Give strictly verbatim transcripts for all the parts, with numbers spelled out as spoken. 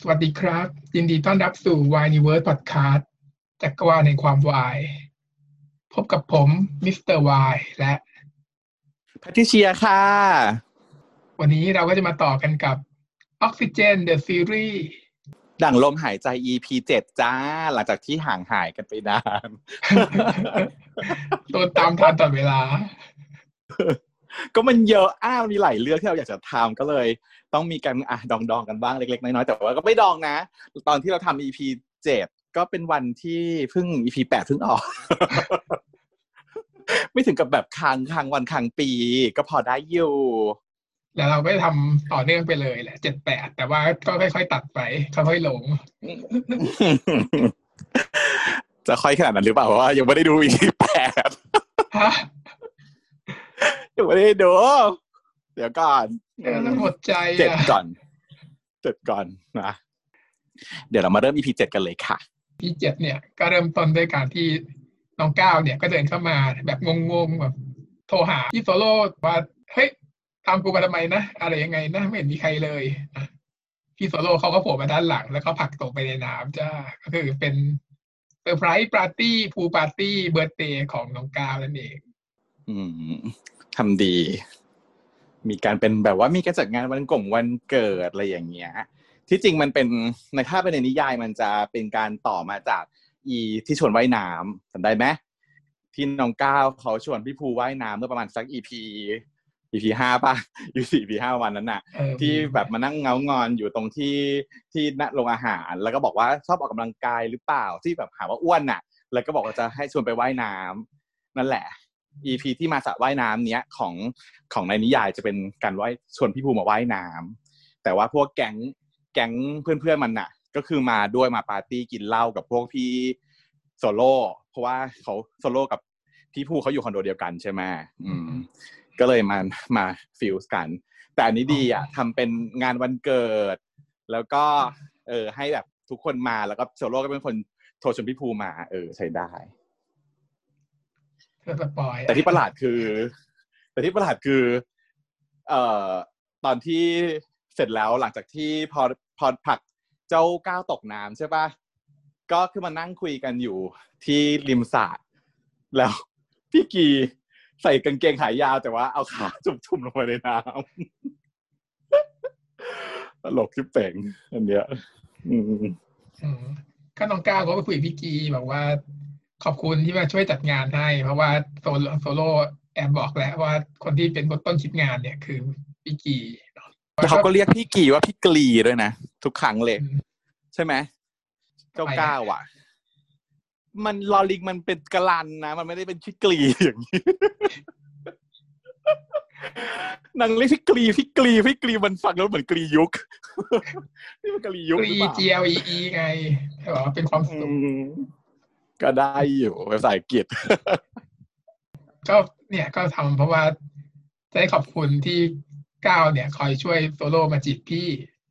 สวัสดีครับยินดีต้อนรับสู่ Wineverse Podcast จักรวาลแห่งความวายพบกับผมมิสเตอร์วายและแพทริเชียค่ะวันนี้เราก็จะมาต่อกันกับ Oxygen The Series ดั่งลมหายใจ อี พี เจ็ด จ้าหลังจากที่ห่างหายกันไปนานโดนตามทันตลอดเวลาก็มันเยอะอ้าวมีหลายเรื่องที่เราอยากจะทำก็เลยต้องมีการอ่ะดองๆกันบ้างเล็กๆน้อยๆแต่ว่าก็ไม่ดองนะตอนที่เราทำ อี พี เจ็ด ก็เป็นวันที่เพิ่ง อี พี แปด เพิ่งออก ไม่ถึงกับแบบค้างค้างวันค้างปีก็พอได้อยู่แล้วเราก็ทำต่อเนื่องไปเลยแหละเจ็ดแปดแต่ว่าก็ค่อยๆตัดไปค่อยๆลงจะค่อยขนาดนั้นหรือเปล่าว่ายังไม่ได้ดู อี พี แปดฮะยังไม่ได้ดูเดี๋ยวก่อนเออหมดใจอ่ะเจ็ดก่อนเจ็ดก่อนนะเดี๋ยวเรามาเริ่ม อี พี เจ็ดกันเลยค่ะอี พี เจ็ดเนี่ยก็เริ่มต้นด้วยการที่น้องก้าวเนี่ยก็เดินเข้ามาแบบงงๆแบบโทรหาพี่โซโล่ว่าเฮ้ยตามกูมาทำไมนะอะไรยังไงนะไม่เห็นมีใครเลยพี่โซโล่เขาก็โผล่มาด้านหลังแล้วก็ผลักตกไปในน้ำจ้าก็คือเป็นเซอร์ไพรส์ปาร์ตี้พูลปาร์ตี้เบิร์ธเดย์ของน้องก้าวนั่นเองอืมทำดีมีการเป็นแบบว่ามีการจัดงานวันกงวันเกิดอะไรอย่างเงี้ยที่จริงมันเป็นในถ้าเป็นในนิยายมันจะเป็นการต่อมาจากอีที่ชวนว่ายน้ำจำได้ไหมที่น้องก้าวเขาชวนพี่ภูว่ายน้ำเมื่อประมาณสัก อี พี อี พี ห้าป่ะ อี พี สี่ อี พี ห้าวันนั้นน่ะที่แบบมานั่งเงางอนอยู่ตรงที่ที่ณโรงอาหารแล้วก็บอกว่าชอบออกกำลังกายหรือเปล่าที่แบบหาว่าอ้วนน่ะแล้วก็บอกว่าจะให้ชวนไปว่ายน้ำนั่นแหละ อี พี ที่มาสระว่ายน้ำเนี้ยของของในนิยายจะเป็นการว่ายชวนพี่ภูมาว่ายน้ำแต่ว่าพวกแก๊งแก๊งเพื่อนๆมันน่ะก็คือมาด้วยมาปาร์ตี้กินเหล้ากับพวกพี่โซโล่เพราะว่าเขาโซโล่กับพี่ภูเขาอยู่คอนโดเดียวกันใช่ไหมอืมก็เลยมามาฟิลส์กันแต่อันนี้ดีอ่ะทำเป็นงานวันเกิดแล้วก็เออให้แบบทุกคนมาแล้วก็โซโล่ก็เป็นคนโทรชวนพี่ภูมาเออใช้ได้แต่ที่ประหลาดคือแต่ที่ประหลาดคือเอ่อตอนที่เสร็จแล้วหลังจากที่พอพอผลักเจ้าก้าวตกน้ำใช่ป่ะก็คือมานั่งคุยกันอยู่ที่ริมสระแล้วพี่กีใส่กางเกงขายาวแต่ว่าเอาขาจุ่มๆลงไปในน้ำตลกชิบเป่งอันเนี้ยอืมก็น้องก้าวเขาไปคุยกับพี่กีบอกว่าขอบคุณที่มาช่วยจัดงานให้เพราะว่าโซโลโซโล่แอบบอกแล้วว่าคนที่เป็นต้นคิดงานเนี่ยคือพี่กีแล้วเขาก็เรียกพี่กีว่าพี่กลีด้วยนะทุกครั้งเลยใช่ไหมเจ้าก้าวอ่ะมันลอลิงมันเป็นกะลันนะมันไม่ได้เป็นพี่กลีอย่างนี้นางเรียกพี่กลีพี่กลีพี่กลีมันฟังแล้วเหมือนกลียุคนี่มันกลียุคหรือเปล่า G L E E ไงใช่ป่ะเป็นความสุขก็ได้อยู่ภาษาอังกฤษก็เนี่ยก็ทำเพราะว่าจะได้ขอบคุณที่ก้าวเนี่ยคอยช่วยโซโล่มาจีบพี่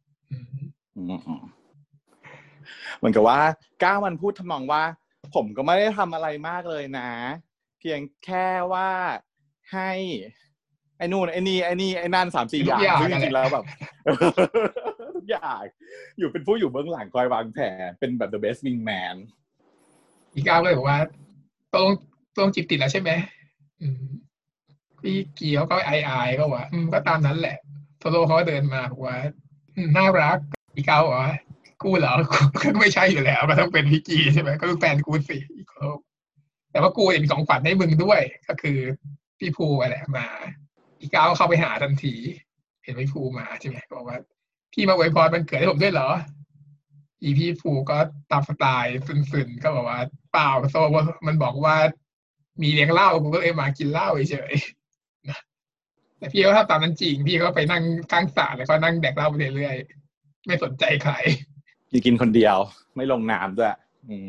เหมือนกับว่าก้าวมันพูดทำนองว่าผมก็ไม่ได้ทำอะไรมากเลยนะเพียงแค่ว่าให้ไอ้นู่นไอ้นี่ไอ้นี่ไอ้นั่นสามสี่อย่างซึ่งจริงๆแล้วแบบทุกอย่างอยู่เป็นผู้อยู่เบื้องหลังคอยวางแผนเป็นแบบ the best wingman อีก้าวเลยบอกว่าตรงตรงจีบติดแล้วใช่ไหมพี่เกียวก็ไอไอก็ว่าก็ตามนั้นแหละโซโล่เขาก็เดินมาบอกว่าน่ารักอีก้าวบอกว่ากูเหรอก็ไม่ใช่อยู่แล้วก็ต้องเป็นพี่กีใช่ไหมก็คือแฟนกูสิอีกแล้วแต่ว่ากูมีของขวัญให้มึงด้วยก็คือพี่ภูอะไรมาอีก้าวเข้าไปหาทันทีเห็นพี่ภูมาใช่ไหมบอกว่าพี่มาอวยพรวันเกิดให้ผมด้วยเหรออีพี่ภูก็ตามสไตล์ซึนๆก็บอกว่าเปล่าโซมันบอกว่ามีเลี้ยงเหล้ากูก็เลยมากินเหล้าเฉยๆแต่พี่ก็ทำตามนั้นจริงพี่ก็ไปนั่งข้างสระแล้วก็นั่งแดกเหล้าไปเรื่อยๆไม่สนใจใครกินคนเดียวไม่ลงน้ำด้วย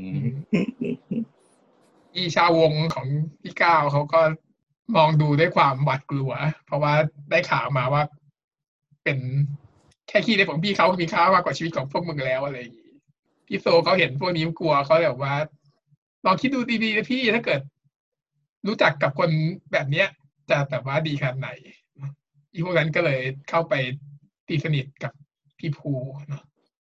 อีชาววงของพี่ก้าวเขาก็มองดูด้วยความหวาดกลัวเพราะว่าได้ข่าวมาว่าเป็นแค่ขี้ในของพี่เขามีค่ามากกว่าชีวิตของพวกมึงแล้วอะไรอย่างนี้พี่โซเขาเห็นพวกนี้กลัวเขาเลยบอกว่าลองคิดดูดีๆนะพี่ถ้าเกิดรู้จักกับคนแบบเนี้ยจะแบบว่าดีขนาดไหนอีพวกนั้นก็เลยเข้าไปตีสนิทกับพี่ภูเนาะ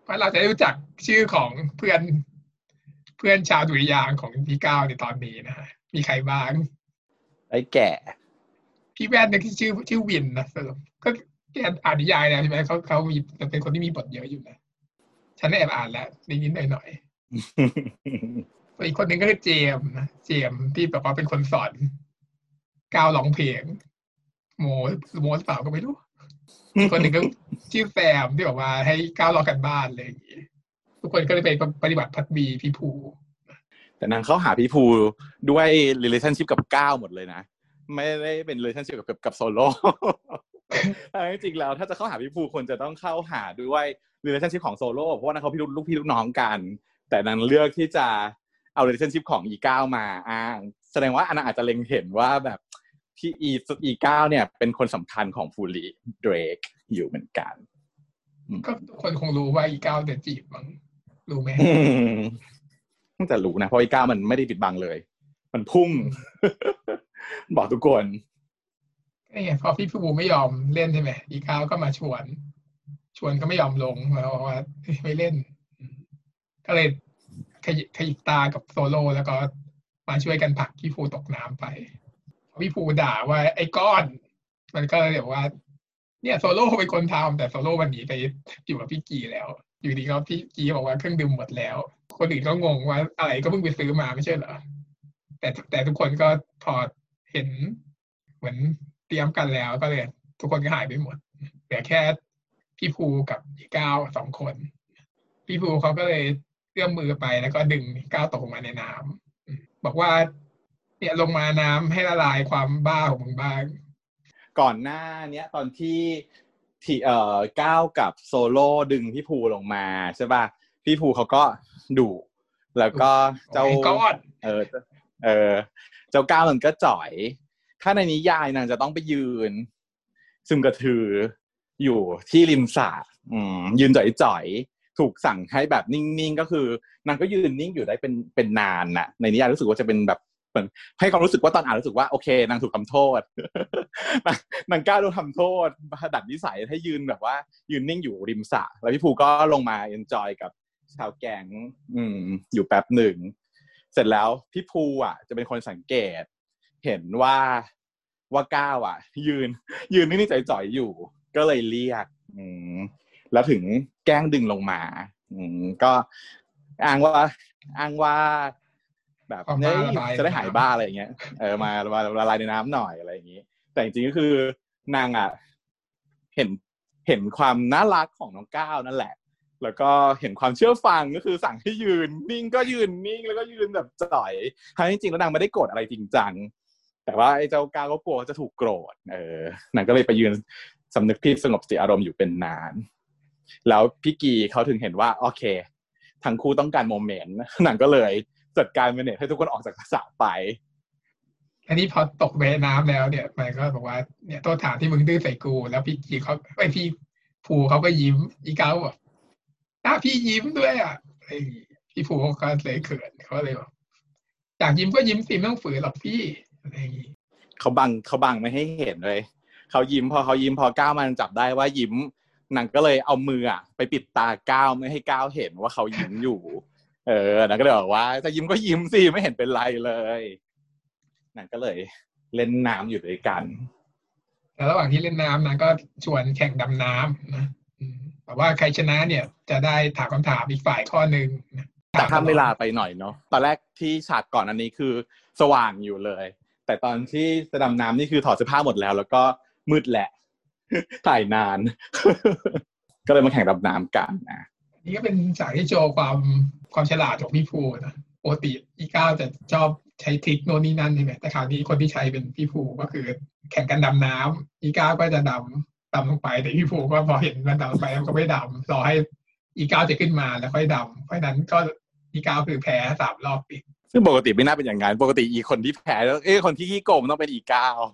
เพราะเราจะได้รู้จักชื่อของเพื่อนเพื่อนชาวดุริยางค์ของพี่ก้าวในตอนนี้นะฮะมีใครบ้างไอ้แก่พี่แว่นเนี่ยที่ชื่อชื่อวินนะสรุปก็แกอ่านนิยายแล้วใช่ไหมเขาเขามีเป็นคนที่มีบทเยอะอยู่นะฉันได้แอบอ่านแล้วนิดๆหน่อยๆอีกคนหนึ่งก็คือเจมส์นะเจมส์ที่แบบว่าเป็นคนสอนก้าวร้องเพลงโมโมหรือเปล่าก็ไม่รู้อีกคนหนึ่งก็ชื่อแซมที่บอกว่าให้ก้าวร้องกันบ้านเลยอย่างงี้ทุกคนก็เลยไปปฏิบัติพัดบีพี่ภูแต่นางเข้าหาพี่ภูด้วย relationship กับก้าวหมดเลยนะไม่ได้เป็น relationship กับกับโซโล่จริงๆแล้วถ้าจะเข้าหาพี่ภูควรจะต้องเข้าหาด้วย relationship ของโซโล่เพราะว่าเขาพี่ลูกพี่ลูกน้องกันแต่นางเลือกที่จะเอา relationship ของอีก้าวมาอ้างแสดงว่าอันนั้นอาจจะเล็งเห็นว่าแบบพี่อีอีก้าวเนี่ยเป็นคนสำคัญของฟูลีเดรกอยู่เหมือนกันก็ทุกคนคงรู้ว่าอีก้าวจะจีบมั้งรู้ไหมตั้งแต่รู้นะเพราะอีก้าวมันไม่ได้ปิดบังเลยมันพุ่งบอกทุกคนนี่พอพี่ภูไม่ยอมเล่นใช่ไหมอีก้าวก็มาชวนชวนก็ไม่ยอมลงแล้วบอกว่าไม่เล่นก็เลยขยิขยิบตากับโซโล่แล้วก็มาช่วยกันผลักพี่ภูตกน้ำไปพี่ภูด่าว่าไอ้ก้อนมันก็เลยบอกว่าเนี่ยโซโล่เป็นคนทำแต่โซโล่วันนี้ไปอยู่กับพี่กีแล้วอยู่ดีก็พี่กีบอกว่าเครื่องดื่มหมดแล้วคนอื่นก็งงว่าอะไรก็เพิ่งไปซื้อมาไม่ใช่เหรอแต่แต่ทุกคนก็พอเห็นเหมือนเตรียมกันแล้วก็เลยทุกคนก็หายไปหมดเหลือแค่พี่ภูกับพี่ก้าวสองคนพี่ภูเขาก็เลยเอื้อมมือไปแล้วก็ดึงก้าวตกลงมาในน้ำบอกว่าเนี่ยลงมาน้ำให้ละลายความบ้าของมึงบ้างก่อนหน้าเนี้ยตอนที่ที่เอ่อก้าวกับโซโล่ดึงพี่ภูลงมาใช่ป่ะพี่ภูเขาก็ดุแล้วก็เจ้าเออเออเจ้าก้าวมันก็จ่อยถ้าในนิยายนางจะต้องไปยืนซึมกระทืออยู่ที่ริมสระอืมยืนจ่อยๆถูกสั่งให้แบบนิ่งๆก็คือนางก็ยืนนิ่งอยู่ได้เป็นเป็นนานน่ะในนิยายรู้สึกว่าจะเป็นแบบเหมือนให้ความรู้สึกว่าตอนอ่านรู้สึกว่าโอเคนางถูกทำโทษนางกล้าโดนทำโทษดัดนิสัยให้ยืนแบบว่ายืนนิ่งอยู่ริมสระแล้วพี่ภูก็ลงมาเอนจอยกับชาวแก๊งอืมอยู่แป๊บหนึ่งเสร็จแล้วพี่ภูอ่ะจะเป็นคนสังเกตเห็นว่าว่าก้าวอ่ะยืนยืนนิ่งๆจ่อยๆอยู่ก็เลยเรียกอืมแล้วถึงแกล้งดึงลงมาอืมก็อ้างว่าอ้างว่าแบบเฮ้ยจะได้หายบ้าอะไรอย่างเงี้ยเออมามาละลายในน้ำหน่อยอะไรอย่างงี้แต่จริงๆก็คือนางอ่ะเห็นเห็นความน่ารักของน้องก้าวนั่นแหละแล้วก็เห็นความเชื่อฟังก็คือสั่งให้ยืนนิ่งก็ยืนนิ่งแล้วก็ยืนแบบจ่อยทั้งจริงๆแล้วนางไม่ได้โกรธอะไรจริงจังแต่ว่าไอ้เจ้าก้าวก็กลัวจะถูกโกรธเออนางก็เลยไปยืนสำนึกผิดสงบสติอารมณ์อยู่เป็นนานแล้วพี่กีเขาถึงเห็นว่าโอเคทั้งคู่ต้องการโมเมนต์นางก็เลยจัดการเมเนจให้ทุกคนออกจากสระไปอันนี้พอตกไปน้ำแล้วเนี่ยมันก็บอกว่าเนี่ยโทษฐานที่มึงดื้อใส่กูแล้วพี่กีเขาไอพี่ภูเขาก็ยิ้มอีก้าวบอกอ่ะพี่ยิ้มด้วยอ่ะไอพี่ภูเขาก็เลยเขินเขาเลยบอกอยากยิ้มก็ยิ้มสิไม่ต้องฝืนหรอกพี่อะไรอย่างงี้เขาบังเขาบังไม่ให้เห็นเลยเขายิ้มพอเขายิ้มพอก้าวมันจับได้ว่ายิ้มนางก็เลยเอามืออ่ะไปปิดตาก้าวไม่ให้ก้าวเห็นว่าเขายิ้มอยู่เออนางก็เลยบอกว่าถ้ายิ้มก็ยิ้มสิไม่เห็นเป็นไรเลยนางก็เลยเล่นน้ำอยู่ด้วยกันแต่ระหว่างที่เล่นน้ำนางก็ชวนแข่งดำน้ำนะแต่ว่าใครชนะเนี่ยจะได้ถามคำถามอีกฝ่ายข้อหนึ่งแต่ข้ามเวลาไปหน่อยเนาะตอนแรกที่ฉากก่อนอันนี้คือสว่างอยู่เลยแต่ตอนที่จะดำน้ำนี่คือถอดเสื้อผ้าหมดแล้วแล้วก็มืดแหละถ่ายนานก็เลยมาแข่งดำน้ำกันนะนี่ก็เป็นฉากที่โชว์ความความฉลาดของพี่ภูนะปกติอีก้าวจะชอบใช้ทริคโน่นนี่นั่นใช่ไหมแต่คราวนี้คนที่ใช้เป็นพี่ภูก็คือแข่งกันดำน้ำอีก้าวก็จะดำดำลงไปแต่พี่ภูก็พอเห็นมันดำลงไปมันก็ไม่ดำรอให้อีก้าวจะขึ้นมาแล้วค่อยดำเพราะนั้นก็อีก้าวคือแพ้สามรอบติดซึ่งปกติไม่น่าเป็นอย่างนั้นปกติอีคนที่แพ้แล้วเอ้คนที่ขี้โกงต้องเป็นอีก้าว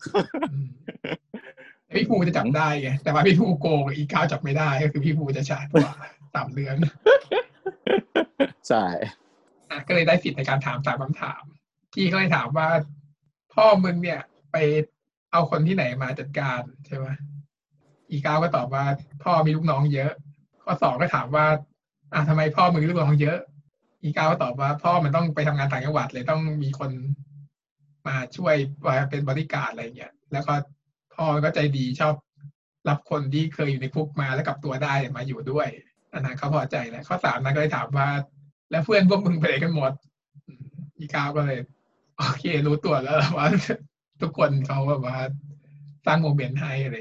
พี่ภูจะจับได้ไงแต่ว่าพี่ภูโกงอีก้าวจับไม่ได้ก็คือพี่ภูจะฉลาดกว่าสามเดือนใช่ก็เลยได้สิทธิ์ในการถามสามคำถามพี่ก็เลยถามว่าพ่อมึงเนี่ยไปเอาคนที่ไหนมาจัดการใช่ไหมอีก้าวก็ตอบว่าพ่อมีลูกน้องเยอะข้อสองก็ถามว่าอ่ะทำไมพ่อมึงลูกน้องเยอะอีก้าก็ตอบว่าพ่อมันต้องไปทำงานต่างจังหวัดเลยต้องมีคนมาช่วยเป็นบริการอะไรเงี้ยแล้วก็พ่อก็ใจดีชอบรับคนที่เคยอยู่ในคุกมาแล้วกลับตัวได้มาอยู่ด้วยอันนั้นเขาพอใจแล้วข้อสามนั้นก็เลยถามว่าแล้วเพื่อนพวกมึงไปไหนกันหมดอีก้าก็เลยโอเครู้ตัวแล้วว่าทุกคนเขาแบบว่าสร้างโมเมนต์ให้อะไร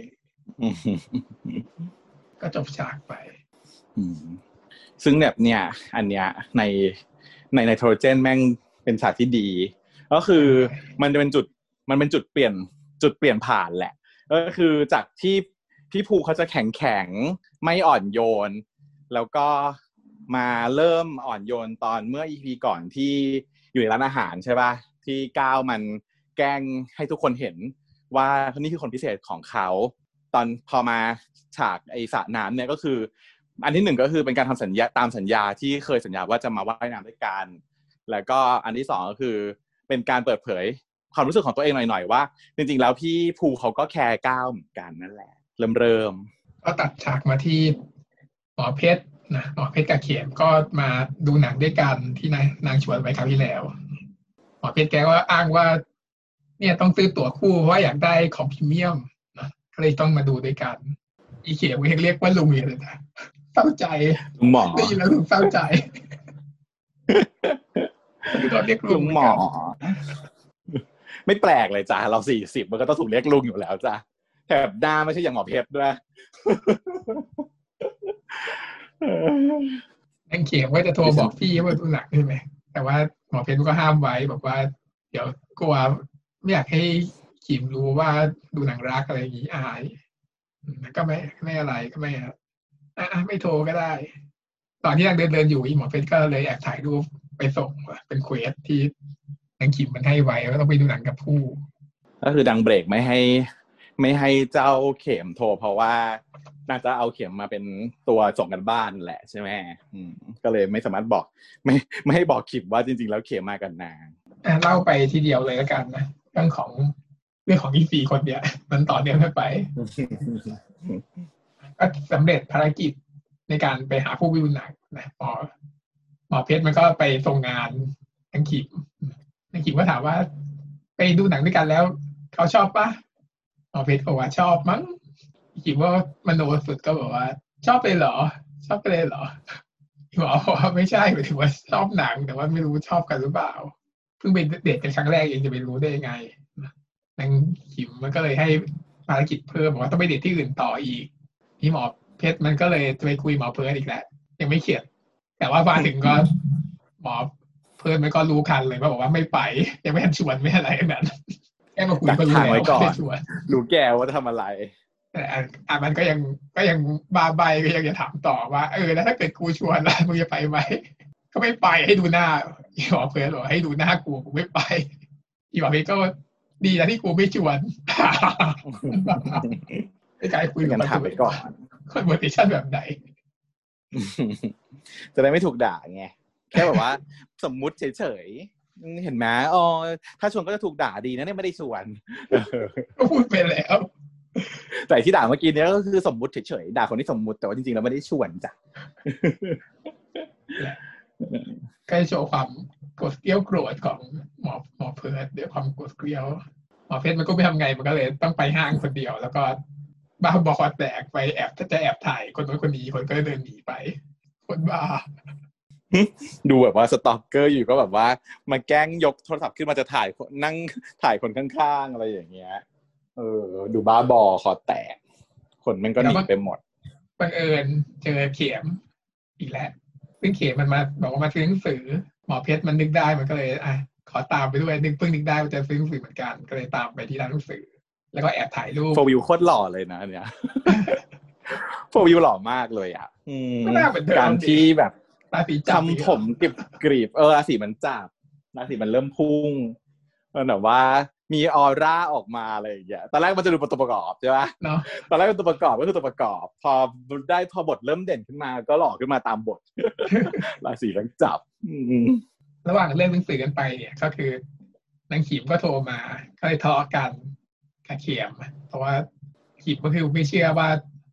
ก็จบฉากไปซึ่งแบบเนี่ยอันเนี้ยในในไนโตรเจนแม่งเป็นฉากที่ดีก็คือมันจะเป็นจุดมันเป็นจุดเปลี่ยนจุดเปลี่ยนผ่านแหละก็คือจากที่พี่ภูเขาจะแข็งแข็งไม่อ่อนโยนแล้วก็มาเริ่มอ่อนโยนตอนเมื่อ อี พี ก่อนที่อยู่ในร้านอาหารใช่ป่ะที่ก้าวมันแกล้งให้ทุกคนเห็นว่านี่คือคนพิเศษของเขาตอนพอมาฉากไอ้สระน้ำเนี่ยก็คืออันที่หนึ่งก็คือเป็นการทำสัญญาตามสัญญาที่เคยสัญญาว่าจะมาว่ายน้ำด้วยกันแล้วก็อันที่สองก็คือเป็นการเปิดเผยความรู้สึกของตัวเองหน่อยๆว่าจริงๆแล้วพี่ภูเขาก็แคร์ก้าวเหมือนกันนั่นแหละเริ่มเริ่มก็ตัดฉากมาที่หมอเพชรนะหมอเพชรกับเข็มก็มาดูหนังด้วยกันที่นางนางชวนไปคราวที่แล้วหมอเพชรแกก็อ้างว่าเนี่ยต้องซื้อตั๋วคู่เพราะว่าอยากได้ของพรีเมียมนะก็เลยต้องมาดูด้วยกันอีเข็มเรียกว่าลุงเลยนะเศร้าใจลุงหมอได้ยินแล้วลุงเศร้าใจก็เรียกลุงหมอไม่แปลกเลยจ้ะเราสี่สิบมันก็ต้องถูกเรียกลุงอยู่แล้วจ้ะแถบหน้าไม่ใช่อย่างหมอเพชรด้วยนางเขียนว่าจะโทรบอกพี่ว่าดูหนังใช่ไหมแต่ว่าหมอเพชรก็ห้ามไว้บอกว่าเดี๋ยวกลัวไม่อยากให้ขิมรู้ว่าดูหนังรักอะไรอย่างนี้อายก็ไม่ไม่อะไรก็ไม่อ่ะไม่โทรก็ได้ตอนที่นางเดินเดินอยู่อีหมอเพชรก็เลยแอบถ่ายรูปไปส่งเป็นเควสที่นางขิมมันให้ไว้ว่าต้องไปดูหนังกับผู้ก็คือดังเบรกไม่ให้ไม่ให้เจ้าเข็มโทรเพราะว่าน่าจะเอาเข็มมาเป็นตัวส่งกันบ้านแหละใช่ไหมอืมก็เลยไม่สามารถบอกไม่ไม่ให้บอกขิมว่าจริงๆแล้วเข็มมากันนางอ่ะเล่าไปทีเดียวเลยแล้วกันนะเรื่องของเรื่องของอีสี่คนเนี้ยมันต่อเนื่องไปก็สำเร็จภารกิจในการไปหาผู้วิวหนังนะหมอหมอเพชรมันก็ไปส่งงานนางขิมนางขิมก็ถามว่าไปดูหนังด้วยกันแล้วเขาชอบปะหมอเพชรบอกว่าชอบมั้งขิมว่ามโนสุดก็บอกว่าชอบไปเหรอชอบไปเลยเหรอหมอบอกว่าไม่ใช่หมายถึงว่าชอบหนังแต่ว่าไม่รู้ชอบกันหรือเปล่าเพิ่งไปเดทกันครั้งแรกเองจะไปรู้ได้ยังไงนางขิมมันก็เลยให้ภารกิจเพิ่มบอกว่าต้องไปเดทที่อื่นต่ออีกที่หมอเพชรมันก็เลยจะไปคุยหมอเพิร์ดอีกแล้วยังไม่เขียนแต่ว่ามาถึงก็หมอเพิร์ดมันก็รู้คันเลยว่าบอกว่าไม่ไปยังไม่ทันชวนไม่อะไรนั้นแค่มาคุยก็รู้แล้วไม่ชวนรู้แกว่าจะทำอะไรแต่อ่ะมันก็ยังก็ยังบาใบก็ยังจะถามต่อว่าเออแล้วถ้าเกิดกูชวนล่ะมึงจะไปไหมก็ไม่ไปให้ดูหน้าหมอเพิร์ดบอกให้ดูหน้ากูกูไม่ไปอีหมอเพชรก็ดีนะที่กูไม่ชวนไอ้กายคุยกันถามไปก่อนคอนเวอร์เซชั่นแบบไหนจะได้ไม่ถูกด่าไงแค่แบบว่าสมมุติเฉยๆเห็นไหมอ๋อถ้าชวนก็จะถูกด่าดีนะเนี่ยไม่ได้ชวนก็พูดไปแล้วแต่ที่ด่าเมื่อกี้เนี้ยก็คือสมมุติเฉยๆด่าคนที่สมมุติแต่ว่าจริงๆแล้วไม่ได้ชวนจ้ะก็จะโชว์ความโกรธเกรี้ยวโกรธของหมอหมอเพิร์ดด้วยความโกรธเกรี้ยวหมอเพชรมันก็ไม่ทำไงมันก็เลยต้องไปห้างคนเดียวแล้วก็บ้าบอคอแตกไปแอบถ้าจะแอบถ่ายคนนู้นคนนี้คนก็เดินหนีไปคนบ้าดูแบบว่าสตอกเกอร์อยู่ก็แบบว่ามาแกล้งยกโทรศัพท์ขึ้นมาจะถ่ายนั่งถ่ายคนข้างๆอะไรอย่างเงี้ยเออดูบ้าบอคอแตกคนมันก็หนีไปหมดบังเอิญเจอเข็มอีกแล้วซึ่งเข็มมันมาบอกว่ามาซื้อหนังสือหมอเพชรมันนึกได้มันก็เลยอ่ะขอตามไปด้วยนึกเพิ่งนึกได้ว่าจะซื้อหนังสือเหมือนกันก็เลยตามไปที่ร้านหนังสือแล้วก็แอบถ่ายรูปโฟวิวโคตรหล่อเลยนะเนี่ยโฟวิวหล่อมากเลยอ่ะการที่แบบทำผมกริบกรีบเออราศีมันจับราศีมันเริ่มพุ่งแบบว่ามีออร่าออกมาอะไรอย่างเงี้ยตอนแรกมันจะดูเป็นตัวประกอบใช่ป่ะเนาะตอนแรกเป็นตัวประกอบก็คือตัวประกอบพอได้พอบทเริ่มเด่นขึ้นมาก็หล่อขึ้นมาตามบทราศีมันจับระหว่างเรื่องหนังสือกันไปเนี่ยก็คือนางขิมก็โทรมาก็เลยทะเลาะกันกับเข็มเพราะว่าขิมก็คือไม่เชื่อว่า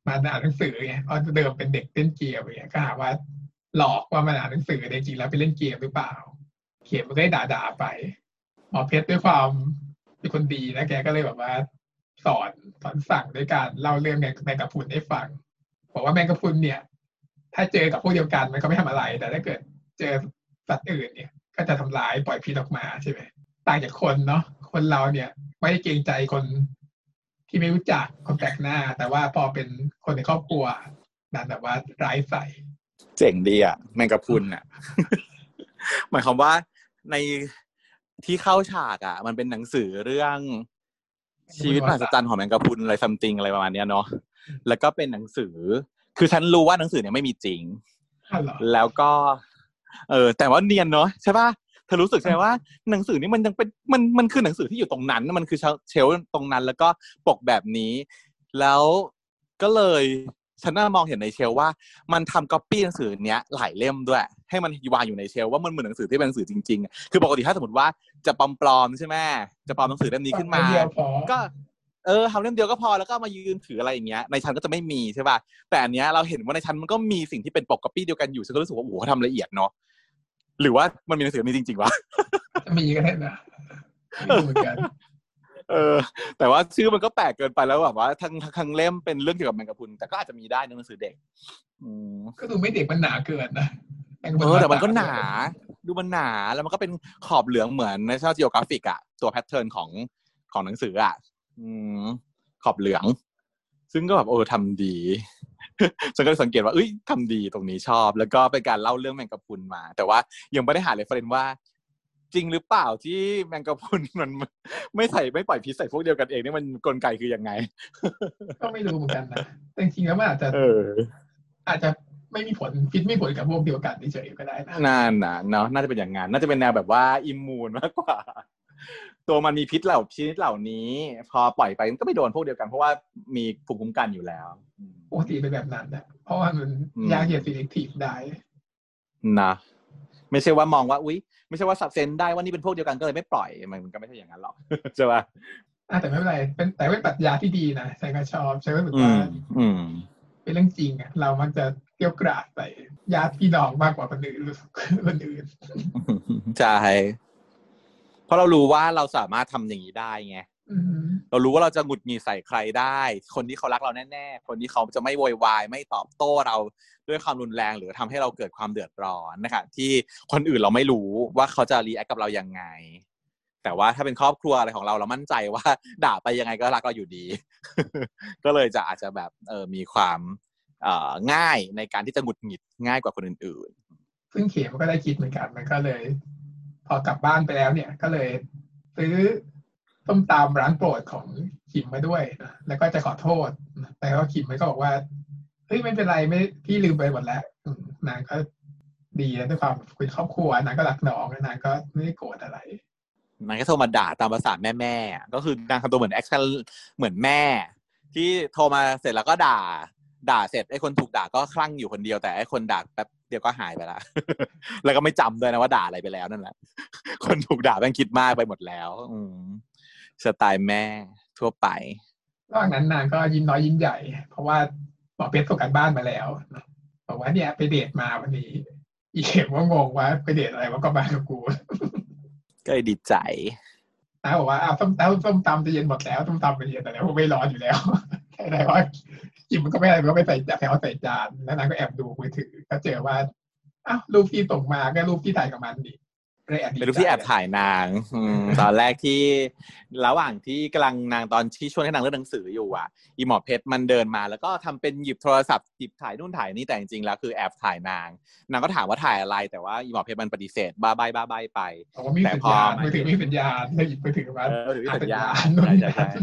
มาอ่านหนังสือไงเพราะเดิมเป็นเด็กเล่นเกมอย่างเงี้ยก็หาว่าหลอกว่ามาอ่านหนังสือแต่จริงๆแล้วไปเล่นเกมหรือเปล่าเขียนมันก็ได้ด่าๆไปหมอเพชรด้วยความเป็นคนดีนะแกก็เลยแบบว่าสอนสอนสั่งด้วยการเล่าเรื่องแมงแมงกะพรุนให้ฟังบอกว่าแมงกะพรุนเนี่ยถ้าเจอกับพวกเดียวกันมันก็ไม่ทำอะไรแต่ถ้าเกิดเจอสัตว์อื่นเนี่ยก็จะทำร้ายปล่อยพิษออกมาใช่ไหมต่างจากคนเนาะคนเราเนี่ยไม่ได้เกรงใจคนที่ไม่รู้จักคนแปลกหน้าแต่ว่าพอเป็นคนในครอบครัวนั่นแบบว่าร้ายใส่เจ๋งดีอ่ะแมงกะพรุนอ่ะ หมายความว่าในที่เข้าฉากอ่ะมันเป็นหนังสือเรื่องชีวิตมหัศจรรย์ของแมงกะพรุนอะไรซัมติงอะไรประมาณนี้เนาะแล้วก็เป็นหนังสือคือฉันรู้ว่าหนังสือเนี่ยไม่มีจริงแล้วก็เออแต่ว่าเนียนเนาะใช่ป่ะเธอรู้สึกใช่ไหมว่าหนังสือนี่มันยังเป็นมันมันคือหนังสือที่อยู่ตรงนั้นมันคือเชลฟ์ตรงนั้นแล้วก็ปกแบบนี้แล้วก็เลยฉันน่ามองเห็นในเชลฟ์ว่ามันทำก๊อปปี้หนังสือเนี้ยหลายเล่มด้วยให้มันวางอยู่ในเชลฟ์ว่ามันเหมือนหนังสือที่เป็นหนังสือจริงๆคือปกติถ้าสมมติว่าจะปลอมๆใช่ไหมจะปลอมหนังสือเล่มนี้ขึ้นมาก็เออทำเล่มเดียวก็พอแล้วก็มายืนถืออะไรอย่างเงี้ยในชั้นก็จะไม่มีใช่ป่ะแต่อันเนี้ยเราเห็นว่าในชั้นมันก็มีสิ่งที่เป็นปกก๊อปปี้เดียวกันอยู่ฉันก็รู้สึกว่าโอ้โหทำละเอียดเนาะหรือว่ามันมีหนังสือนี้จริงๆวะมีก็ได้นะไม่รู้เหมือนกันเออแต่ว่าชื่อมันก็แปลกเกินไปแล้วแบบว่าทั้งทั้งเล่มเป็นเรื่องเกี่ยวกับแมงกะพรุนแต่ก็อาจจะมีได้ในหนังสือเด็กก็ดูไม่เด็กมันหนาเกินนะเออแต่มันก็หนาดูมันหนาแล้วมันก็เป็นขอบเหลืองเหมือน National Geographic อ่ะตัวแพทเทิร์นของของหนังสืออ่ะอืมขอบเหลืองซึ่งก็แบบเออทำดีฉันก็สังเกตว่าเอ้ยทำดีตรงนี้ชอบแล้วก็เป็นการเล่าเรื่องแมงกะพรุนมาแต่ว่ายังไม่ได้หาเรฟเฟอเรนซ์ว่าจริงหรือเปล่าที่แมงกะพรุนมันไม่ใส่ไม่ปล่อยพิษใส่พวกเดียวกันเองนี่มันกลไกคือยังไงก็ไม่รู้เหมือนกันนะแต่จริงๆแล้วมันอาจจะอาจจะไม่มีผลพิษไม่ผลกับพวกเดียวกันเฉยๆก็ได้นะนั่นนะเนาะน่าจะเป็นอย่างนั้นน่าจะเป็นแนวแบบว่าอิมมูนมากกว่าตัวมันมีพิษเหล่าชนิดเหล่านี้พอปล่อยไปมันก็ไม่โดนพวกเดียวกันเพราะว่ามีภูมิคุ้มกันอยู่แล้วปกติเป็นแบบนั้นนะเพราะว่ามันยากที่จะ selective ได้นะไม่ใช่ว่ามองว่าอุ๊ยไม่ใช่ว่าสับเซนได้ว่านี่เป็นพวกเดียวกันก็เลยไม่ปล่อยมันก็ไม่ใช่อย่างนั้นหรอกใช่ป่ะแต่ไม่เป็นไรเป็นแต่เป็นปรัชญาที่ดีนะใช่ก็ชอบใช่ก็รู้สึกว่าเป็นเรื่องจริงอ่ะเรามันจะเกี่ยวกราดใส่ญาติพี่น้องมากกว่าคนอื่นหรือคนอื่นใช่เพราะเรารู้ว่าเราสามารถทำอย่างนี้ได้ไงเรารู้ว่าเราจะหงุดหงิดใส่ใครได้คนที่เขารักเราแน่ๆคนที่เขาจะไม่โวยวายไม่ตอบโต้เราด้วยความรุนแรงหรือทำให้เราเกิดความเดือดร้อนนะคะที่คนอื่นเราไม่รู้ว่าเขาจะรีแอคกับเรายังไงแต่ว่าถ้าเป็นครอบครัวอะไรของเราเรามั่นใจว่าด่าไปยังไงก็รักเราอยู่ดี ก็เลยจะอาจจะแบบเออมีความเอ่อง่ายในการที่จะหงุดหงิดง่ายกว่าคนอื่นๆซึ่งเข็มก็ได้คิดเหมือนกันมันก็เลยพอกลับบ้านไปแล้วเนี่ยก็เลยซื้อต้มตำร้านโปรดของขิมมาด้วยนะแล้วก็จะขอโทษแต่ก็ขิมมันก็บอกว่าเฮ้ยไม่เป็นไรไม่พี่ลืมไปหมดแล้วนางก็ดีนะด้วยความเป็นครอบครัวนางก็รักน้องนางก็ไม่ได้โกรธอะไรนางก็โทรมาด่าตามภาษาแม่ๆก็คือนางทำตัวเหมือนแอคชั่นเหมือนแม่ที่โทรมาเสร็จแล้วก็ด่าด่าเสร็จไอ้คนถูกด่าก็คลั่งอยู่คนเดียวแต่ไอ้คนด่าแป๊บเดียวก็หายไปละ แล้วก็ไม่จำด้วยนะว่าด่าอะไรไปแล้วนั่นแหละคนถูกด่าแม่งคิดมากไปหมดแล้วอืมสไตล์แม่ทั่วไประหว่างนั้นนางก็ยิ้มน้อยยิ้มใหญ่เพราะว่าหมอเพชรส่งกันบ้านมาแล้วบอกว่าเนี่ยไปเดทมาวันนี้อีเข็มว่างงว่าไปเดทอะไรวะก็มากับกูก็เลยดีใจน้าบอกว่าอ้าวต้มตำต้มตำจะเย็นหมดแล้วต้มตำจะเย็นแต่แล้วผมไม่ร้อนอยู่แล้วแค่ไหนว่ากินมันก็ไม่อะไรมันก็ไม่ใส่จานแถวใส่จานแล้วนางก็แอบดูมือถือก็เจอว่าอ้าวรูปที่ส่งมาก็รูปที่ถ่ายกับมันดิเป็นรูปที่แอบถ่ายนางตอนแรกที่ระหว่างที่กำลังนางตอนที่ช่วงที่นางเล่นหนังสืออยู่อ่ะอีหมอเพชรมันเดินมาแล้วก็ทำเป็นหยิบโทรศัพท์หยิบถ่ายนู่นถ่ายนี่แต่จริงๆแล้วคือแอบถ่ายนางนางก็ถามว่าถ่ายอะไรแต่ว่าอีหมอเพชรมันปฏิเสธบ้าใบ้บ้าใบ้ไปแต่พอมือถือไม่เป็นญาณเลยหยิบมือถือมาเออถือเป็นญาณใช่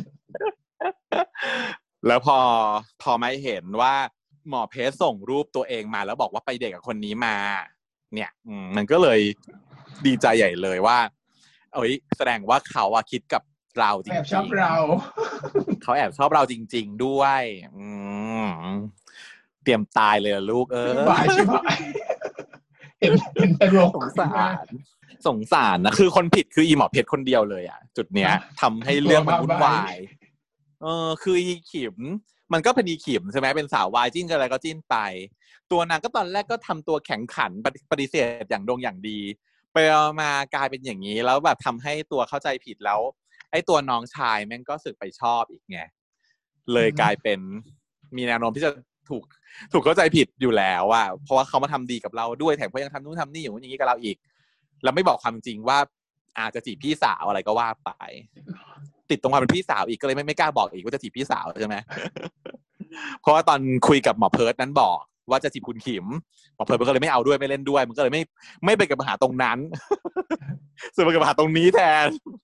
แล้วพอพอไม่เห็นว่าหมอเพชรส่งรูปตัวเองมาแล้วบอกว่าไปเดทกับคนนี้มาเนี่ยมันก็เลยดีใจใหญ่เลยว่าเอ้ยแสดงว่าเขาอะคิดกับเราจริงๆแอบชอบเราเขาแอบชอบเราจริงๆด้วยอืมเตรียมตายเลยลูกเออบ่ายใช่ไหมเห็นเห็นแต่โรคสงสารสงสารนะคือคนผิดคืออีหมอเพชรคนเดียวเลยอ่ะจุดเนี้ยทำให้เรื่องมันวุ่นวายเออคืออีขิมมันก็พนีขิมใช่ไหมเป็นสาววายจิ้นกันอะไรก็จิ้นไปตัวนางก็ตอนแรกก็ทำตัวแข็งขันปฏิเสธอย่างดงอย่างดีไปมากลายเป็นอย่างนี้แล้วแบบทำให้ตัวเข้าใจผิดแล้วไอ้ตัวน้องชายแม่งก็สึกไปชอบอีกไงเลยกลายเป็นมีแนวโน้มที่จะถูกถูกเข้าใจผิดอยู่แล้วอ่ะเพราะว่าเขามาทำดีกับเราด้วยแถมเขายังทำนู่นทำนี่อย่างนี้กับเราอีกแล้วไม่บอกความจริงว่าอาจจะจีบพี่สาวอะไรก็ว่าไปติดตรงความเป็นพี่สาวอีกก็เลยไม่ไม่กล้าบอกอีกว่าจะจีบพี่สาวใช่ไหม เพราะว่าตอนคุยกับหมอเพิร์ทนั้นบอกว่าจะจีบคุณขิมหมอเพิร์ทมันก็เลยไม่เอาด้วยไม่เล่นด้วยมันก็เลยไม่ไม่ไปกับปัญหาตรงนั้น ส่วนไปกับปัญหาตรงนี้แทน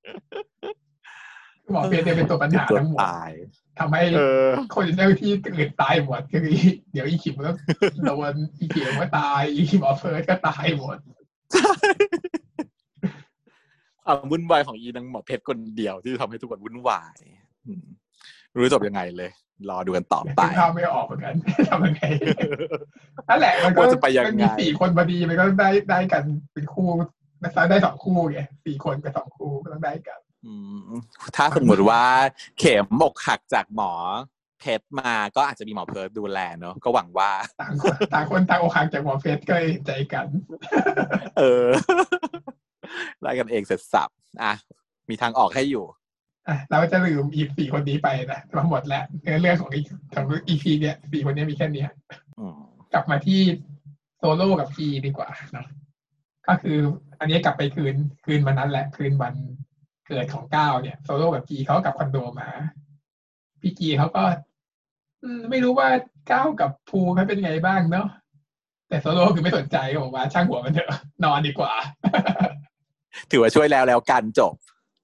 หมอเพิร์ทเนี่ยเป็นตัวปัญหาทั้งหมดทำให้คนเจ้าที่ตื่นตายหมดคือเดี๋ยวอีขิมก็โดนอีขิมก็ตายอีหมอเพิร์ทก็ตายหมดความวุ่นวายของอีนางหมอเพชรคนเดียวที่ทำให้ทุกคนวุ่นวายรู้จบยังไงเลยรอดูกันต่อไปภาพไม่ออกเหมือนกันทำยังไงนั่นแหละมันก็จะไปยังไงมีสี่คนพอดีมันก็ได้ได้กันเป็นคู่ได้สองคู่ไงสี่คนกับสองคู่ก็ต้องได้กันถ้าสมมติว่าเข็มอกหักจากหมอเพชรมาก็อาจจะมีหมอเพิร์ทดูแลเนอะก็หวังว่าต่างคนต่างคนต่างอกหักจากหมอเพชรก็ใจกันเออได้กันเองเสร็จสับอ่ะมีทางออกให้อยู่อ่ะเราจะลืมอีกสี่คนนี้ไปนะทั้งหมดแล้วเนื้อเรื่องของอีกของอีพีเนี่ยสี่คนนี้มีแค่นี้กลับมาที่โซโล่กับพีดีกว่าเนาะก็คืออันนี้กลับไปคืนคืนวันนั้นแหละคืนวันเกิดของก้าวเนี่ยโซโล่กับพีเขากลับคอนโดมาพี่กีเขาก็ไม่รู้ว่าก้าวกับภูเขาเป็นไงบ้างเนาะแต่โซโล่คือไม่สนใจก็บอกว่าช่างหัวมันเถอะนอนดีกว่าถือว่าช่วยแล้วแล้วกันจบ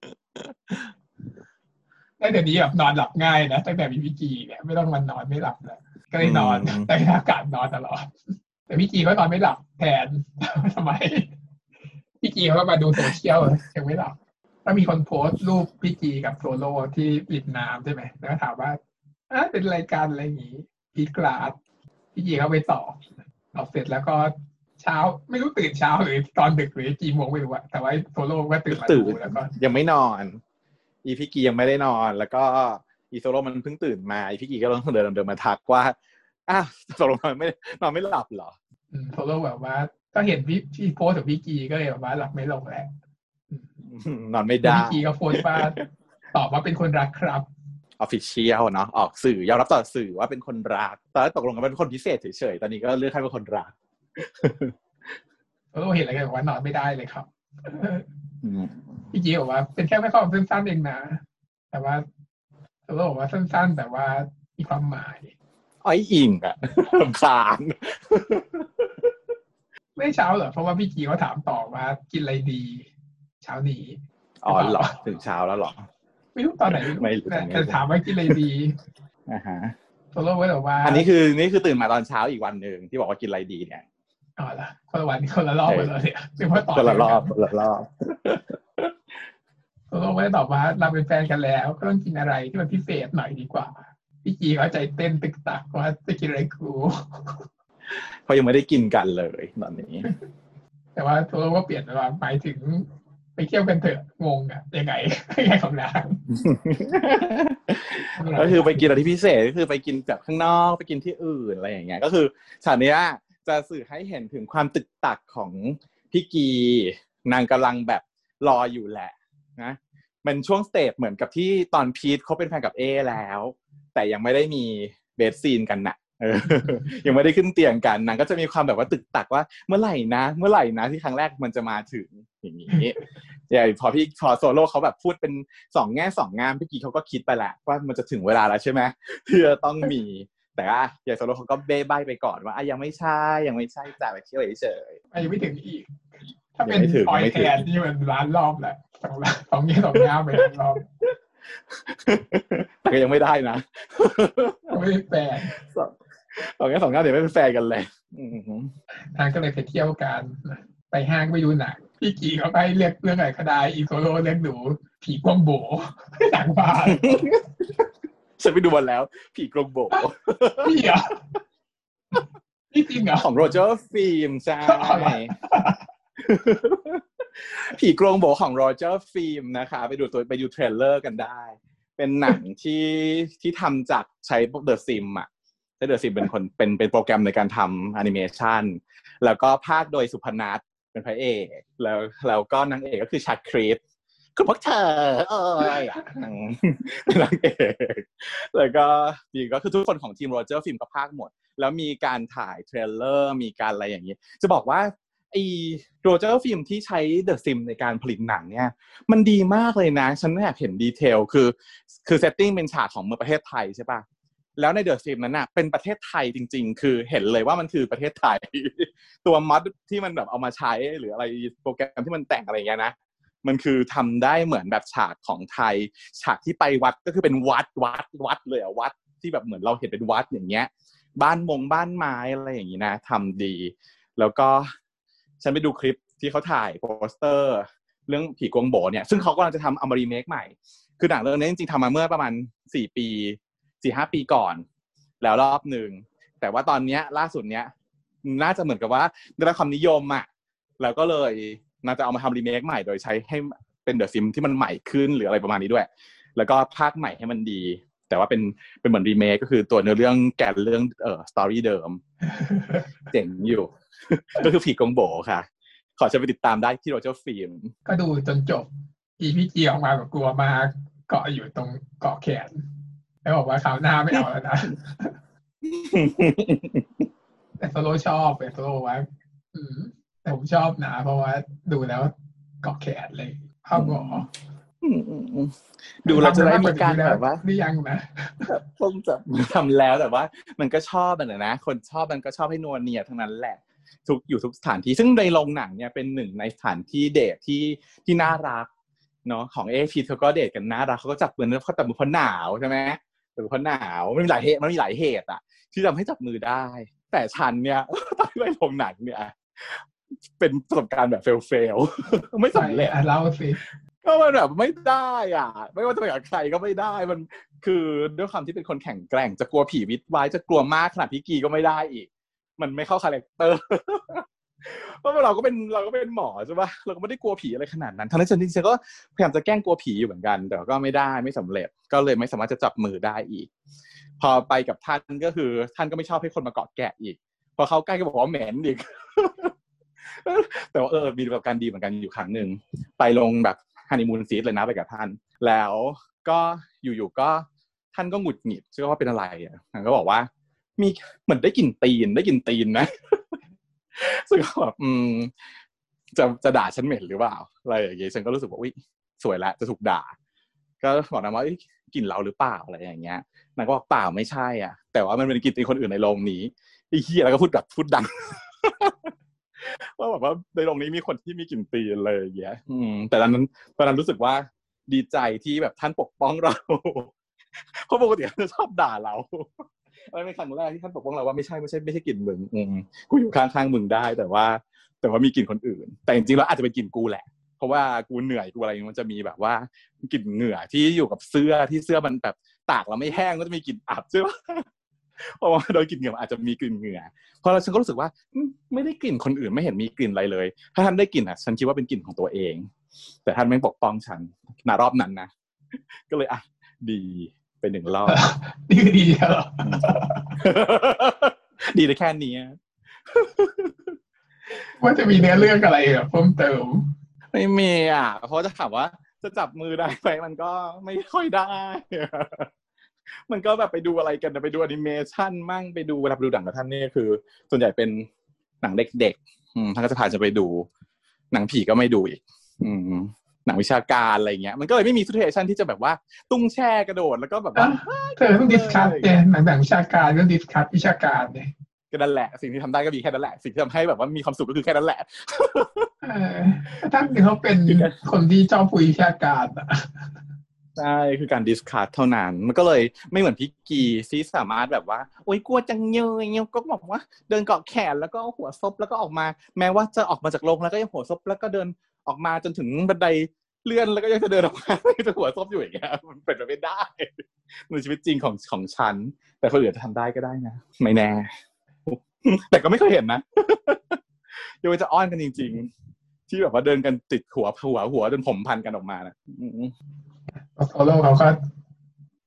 ได้เดี๋ยวนี้แบบนอนหลับง่ายนะตั้งแต่มีพี่กีเนี่ยไม่ต้องมันนอนไม่หลับแล้วก็เลยนอนแต่อากาศนอนตลอดแต่พี่กีก็นอนไม่หลับแทนทำไมพี่กีเขาก็มาดูโซเชียลยังไม่หลับก็มีคนโพสต์รูปพี่กีกับโซโล่ที่ริมน้ำใช่ไหมแล้วก็ถามว่าอ่ะเป็นรายการอะไรอย่างงี้พีกลาดพี่กีเขาไปตอบตอบเสร็จแล้วก็เช้าไม่รู้ตื่นเช้าหรือตอนดึกหรือกี่โมงไม่รู้อะแต่ว่าโซโล่ก็ตื่นมาดูแล้วก็ยังไม่นอนอีพี่กียังไม่ได้นอนแล้วก็อีโซโล่มันเพิ่งตื่นมาอีพี่กีก็ต้องเดินเดินมาทักว่าอ้าวโซโล่นอนไม่นอนไม่หลับเหรอโซโล่แบบว่าก็เห็นพี่พี่โพสกับพี่กีก็เลยแบบว่าหลับไม่ลงแล้วนอนไม่ได้พี่กีก็โพสว่าตอบว่าเป็นคนรักครับออฟฟิเชียลเนาะออกสื่อยอมรับต่อสื่อว่าเป็นคนรักตอนแรกตกลงกันเป็นคนพิเศษเฉยๆตอนนี้ก็เลือกให้เป็นคนรักโซโล่เห็นอะไรกันบอกว่านอนไม่ได้เลยครับพี่กีบอกว่าเป็นแค่ไม่ข้อความสั้นๆเองนะแต่ว่าโซโล่บอกว่าสั้นๆแต่ว่ามีความหมายอ้อยอิงอะรำคาญไม่เช้าเหรอเพราะว่าพี่กีเขาถามต่อว่ากินอะไรดีเช้านี้อ๋อเหรอถึงเช้าแล้วเหรอไม่รู้ตอนไหนไม่รู้แต่ถามว่ากินอะไรดีอ่าฮะโซโล่ก็บอกว่าอันนี้คือนี่คือตื่นมาตอนเช้าอีกวันนึงที่บอกว่ากินอะไรดีเนี่ยอ๋อละคนละวันคนละรอบกันเลยเนี่ยนึกว่าตอบคนละรอบคนละรอบโซโล่ไม่ได้ตอบว่าเราเป็นแฟนกันแล้วก็ต้องกินอะไรที่มันพิเศษหน่อยดีกว่าพี่กีเขาใจเต้นตึกตักว่าจะกินอะไรกูเพราะยังไม่ได้กินกันเลยตอนนี้แต่ว่าโซโล่ก็เปลี่ยนว่าหมายถึงไปเที่ยวกันเถอะงงอ่ะยังไงยังไงของนางก็คือไปกินอะไรที่พิเศษก็คือไปกินจากข้างนอกไปกินที่อื่นอะไรอย่างเงี้ยก็คือฉากนี้จะสื่อให้เห็นถึงความตึกตักของพี่กีนางกำลังแบบรออยู่แหละนะมันช่วงสเตจเหมือนกับที่ตอนพีทเขาเป็นแฟนกับเอแล้วแต่ยังไม่ได้มีเบสซีนกันน่ะยังไม่ได้ขึ้นเตียงกันนางก็จะมีความแบบว่าตึกตักว่าเมื่อไหร่นะเมื่อไหร่นะที่ครั้งแรกมันจะมาถึงอย่างนี้อย่างพอพี่พอโซโล่เขาแบบพูดเป็นสองแง่สองงามพี่กีเขาก็คิดไปแหละว่ามันจะถึงเวลาแล้วใช่ไหมที่จะต้องมีแต่ว่าอย่างโซโล่เขาก็เบ้ใบไปก่อนว่ายังไม่ใช่ยังไม่ใช่จ่าไปเที่ยวเฉยๆยังไม่ถึงอีกถ้าเป็นคอยแทนที่มันล้านรอบแหละสองสองแง่สองงามไปล้านรอบแต่ก็ยังไม่ได้นะไม่เป็นแฟนสองแง่สองงามเดี๋ยวไม่เป็นแฟนกันเลยทางก็เลยไปเที่ยวกันไปห้างไปดูหนังพี่กีเขาไปเรียกเรื่องอะไรก็ได้อีโซโล่เรียกหนูผีกวางโบหนังบ้าฉันไปดูมาแล้วผีกวางโบพี่เหรอพี่จริงเหรอของโรเจอร์ฟิล์มใช่ผีกรงโบของโรเจอร์ฟิล์มนะคะไปดูตัวไปดูเทรลเลอร์กันได้เป็นหนังที่ที่ทำจากใช้เดอะซิมอ่ะใช้เดอะซิมเป็นคนเป็นเป็นโปรแกรมในการทำแอนิเมชันแล้วก็พากย์โดยสุพนัทเป็นพระเอกแล้วแล้วก็นางเอกก็คือชัดคริสคือพวกเธอเอ้ยอ่ะเป็นนางเอกแล้วก็จริงก็คือทุกคนของทีมโรเจอร์ฟิล์มก็พากย์หมดแล้วมีการถ่ายเทรลเลอร์มีการอะไรอย่างนี้จะบอกว่าไอ้โรเจอร์ฟิล์มที่ใช้เดอะซิมในการผลิตหนังเนี่ยมันดีมากเลยนะฉันแอบเห็นดีเทลคือคือเซตติ้งเป็นฉากของเมืองประเทศไทยใช่ป่ะแล้วในเดอะซิมนั้นน่ะเป็นประเทศไทยจริงๆคือเห็นเลยว่ามันคือประเทศไทยตัวมอดที่มันแบบเอามาใช้หรืออะไรโปรแกรมที่มันแต่งอะไรอย่างเงี้ยนะมันคือทำได้เหมือนแบบฉากของไทยฉากที่ไปวัดก็คือเป็นวัดวัดวัดเลยอะวัดที่แบบเหมือนเราเห็นเป็นวัดอย่างเงี้ยบ้านมงบ้านไม้อะไรอย่างงี้นะทำดีแล้วก็ฉันไปดูคลิปที่เขาถ่ายโปสเตอร์เรื่องผีกวงโบเนี่ยซึ่งเขากำลังจะทำเอามารีเมคใหม่คือหนังเรื่องนี้จริงๆทำมาเมื่อประมาณสี่ปี สี่ห้า ปีก่อนแล้วรอบนึงแต่ว่าตอนเนี้ยล่าสุดเนี้ยน่าจะเหมือนกับว่าได้รับความนิยมอ่ะแล้วก็เลยน่าจะเอามาทำรีเมคใหม่โดยใช้ให้เป็นเดอะซิมที่มันใหม่ขึ้นหรืออะไรประมาณนี้ด้วยแล้วก็ภาคใหม่ให้มันดีแต่ว่าเป็นเป็นเหมือนรีเมคก็คือตัวเนื้อเรื่องแกนเรื่องเอ่อสตอรี่เดิมเจ๋งอยู่ก็คือผีกงโบค่ะขอเชิญไปติดตามได้ที่โรเจอร์ฟิล์มก็ดูจนจบอีพี่เกียร์ออกมาแบบกลัวมากเกาะอยู่ตรงเกาะแขนแล้วบอกว่าคราวหน้าไม่เอาแล้วนะแต่โซโลชอบแต่โซโลว่าอืมแต่ผมชอบนะเพราะว่าดูแล้วเกาะแขนเลยภาพหมอดูเราจะได้มีการแบบว่านี่ยังนะต้มจับทำแล้วแต่ว่ามันก็ชอบมันนะคนชอบมันก็ชอบให้นวลเนียทั้งนั้นแหละทุกอยู่ทุกสถานที่ซึ่งในโรงหนังเนี่ยเป็นหนึ่งในสถานที่เดทที่ที่น่ารักเนาะของเอพีเขาก็เดทกันน่ารักเขาก็จับมือเขาจับมือเพราะหนาวใช่ไหมหรือเพราะหนาวมันมีหลายเหตุมันมีหลายเหตุอ่ะที่ทำให้จับมือได้แต่ฉันเนี่ยตอนที่ไปโรงหนังเนี่ยเป็นประสบการณ์แบบเฟลเฟลไม่สำเร็จเล่าสิก็มันแบบไม่ได้อ่ะไม่ว่าจะไปกับใครก็ไม่ได้มันคือด้วยความที่เป็นคนแข็งแกร่งจะกลัวผีวิทย์ไว้จะกลัวมากขนาดพี่กีก็ไม่ได้อีกมันไม่เข้าคาแรคเตอร์เพราะเราก็เป็นเราก็เป็นหมอใช่ป่ะเราก็ไม่ได้กลัวผีอะไรขนาดนั้นทั้งนั้นจริงๆก็พยายามจะแกล้งกลัวผีอยู่เหมือนกันแต่ก็ไม่ได้ไม่สำเร็จก็เลยไม่สามารถจะจับมือได้อีกพอไปกับท่านก็คือท่านก็ไม่ชอบให้คนมาเกาะแกะอีกพอเขาใกล้ก็บอกว่าเหม็นอีกแต่ว่าเออมีประสบการณ์ดีเหมือนกันอยู่ครั้งหนึ่งไปลงแบบฮันนีมูนซีทเลยนะไปกับท่านแล้วก็อยู่ๆก็ท่านก็หงุดหงิดชื่อว่าเป็นอะไรอ่ะท่านก็บอกว่ามีเหมือนได้กลิ่นตีนได้กลิ่นตีนนะซึ่งก็แบบอืมจะจะด่าฉันเหม็นหรือเปล่าอะไรอย่างเงี้ยฉันก็รู้สึกว่าอุ๊ยสวยแล้วจะถูกด่าก็บอกนะว่ากลิ่นเราหรือเปล่าอะไรอย่างเงี้ยนางก็บอกเปล่าไม่ใช่อ่ะแต่ว่ามันเป็นกลิ่นตีนคนอื่นในโรงนี้ไอ้เหี้ยแล้วก็พูดแบบพูดดังว่าแบบว่าในโรงนี้มีคนที่มีกลิ่นตีนอะไรอย่างเงี้ยอืมแต่ตอนนั้นตอนนั้นรู้สึกว่าดีใจที่แบบท่านปกป้องเราเพราะปกติท่านชอบด่าเราอันนั้นเป็นครั้งแรกที่ท่านปกป้องเราว่าไม่ใช่ไม่ใช่ไม่ใช่กลิ่นมึงอืมกูอยู่ข้างๆมึงได้แต่ว่าแต่ว่ามีกลิ่นคนอื่นแต่จริงๆแล้วอาจจะเป็นกลิ่นกูแหละเพราะว่ากูเหนื่อยกูอะไรมันจะมีแบบว่ากลิ่นเหงื่อที่อยู่กับเสื้อที่เสื้อมันแบบตากแล้วไม่แห้งก็จะมีกลิ่นอับใช่ไหมเพราะว่าโดยกลิ่นเหงื่ออาจจะมีกลิ่นเหงื่อพอเราฉันก็รู้สึกว่าไม่ได้กลิ่นคนอื่นไม่เห็นมีกลิ่นอะไรเลยถ้าท่านได้กลิ่นอ่ะฉันคิดว่าเป็นกลิ่นของตัวเองแต่ท่านไม่ปกป้องฉันณรอบนั้นนะก็เลยอ่ะดีไปหนึ่งรอบดีดีเหรอดีได้แค่นี้ว่าจะมีเนื้อเรื่องอะไรแบบเพิ่มเติมไม่มีอ่ะเพราะจะถามว่าจะจับมือได้ไหมมันก็ไม่ค่อยได้มันก็แบบไปดูอะไรกันไปดูแอนิเมชันมั่งไปดูเวลาไปดูหนังกับท่านนี่คือส่วนใหญ่เป็นหนังเด็กๆท่านก็จะพาจะไปดูหนังผีก็ไม่ดูอีกหนังวิชาการอะไรเงี้ยมันก็เลยไม่มีซิทูเอชั่นที่จะแบบว่าตุ้งแช่กระโดดแล้วก็แบบว่าเธอต้องดิสคัสเนี่ยหนังหนังวิชาการต้องดิสคัสวิชาการเนี่ยก็นั่นแหละสิ่งที่ทำได้ก็มีแค่นั้นแหละสิ่งที่ทำให้แบบว่ามีความสุขก็คือแค่นั้นแหละเออท่านเขาเป็นคนที่ชอบคุยวิชาการอ่ะใช่คือการดิสคัสเท่านั้นมันก็เลยไม่เหมือนพี่กีที่สามารถแบบว่าโอ๊ยกลัวจังเยยเนี่ยก็บอกว่าเดินเกาะแขนแล้วก็หัวซบแล้วก็ออกมาแม้ว่าจะออกมาจากโรงแล้วก็ยังหัวซบแล้วก็เดินออกมาจนถึงบันไดเลื่อนแล้วก็ยังจะเดินออกมาจะหัวซบอยู่อย่างเงี้ยมันเป็นไปไม่ได้ในชีวิตจริงของของฉันแต่คนอื่นจะทำได้ก็ได้นะไม่แน่แต่ก็ไม่เคยเห็นนะยังจะอ้อนกันจริงๆที่แบบว่าเดินกันติดหัวหัวหัวจนผมพันกันออกมานะโซโล่เขาก็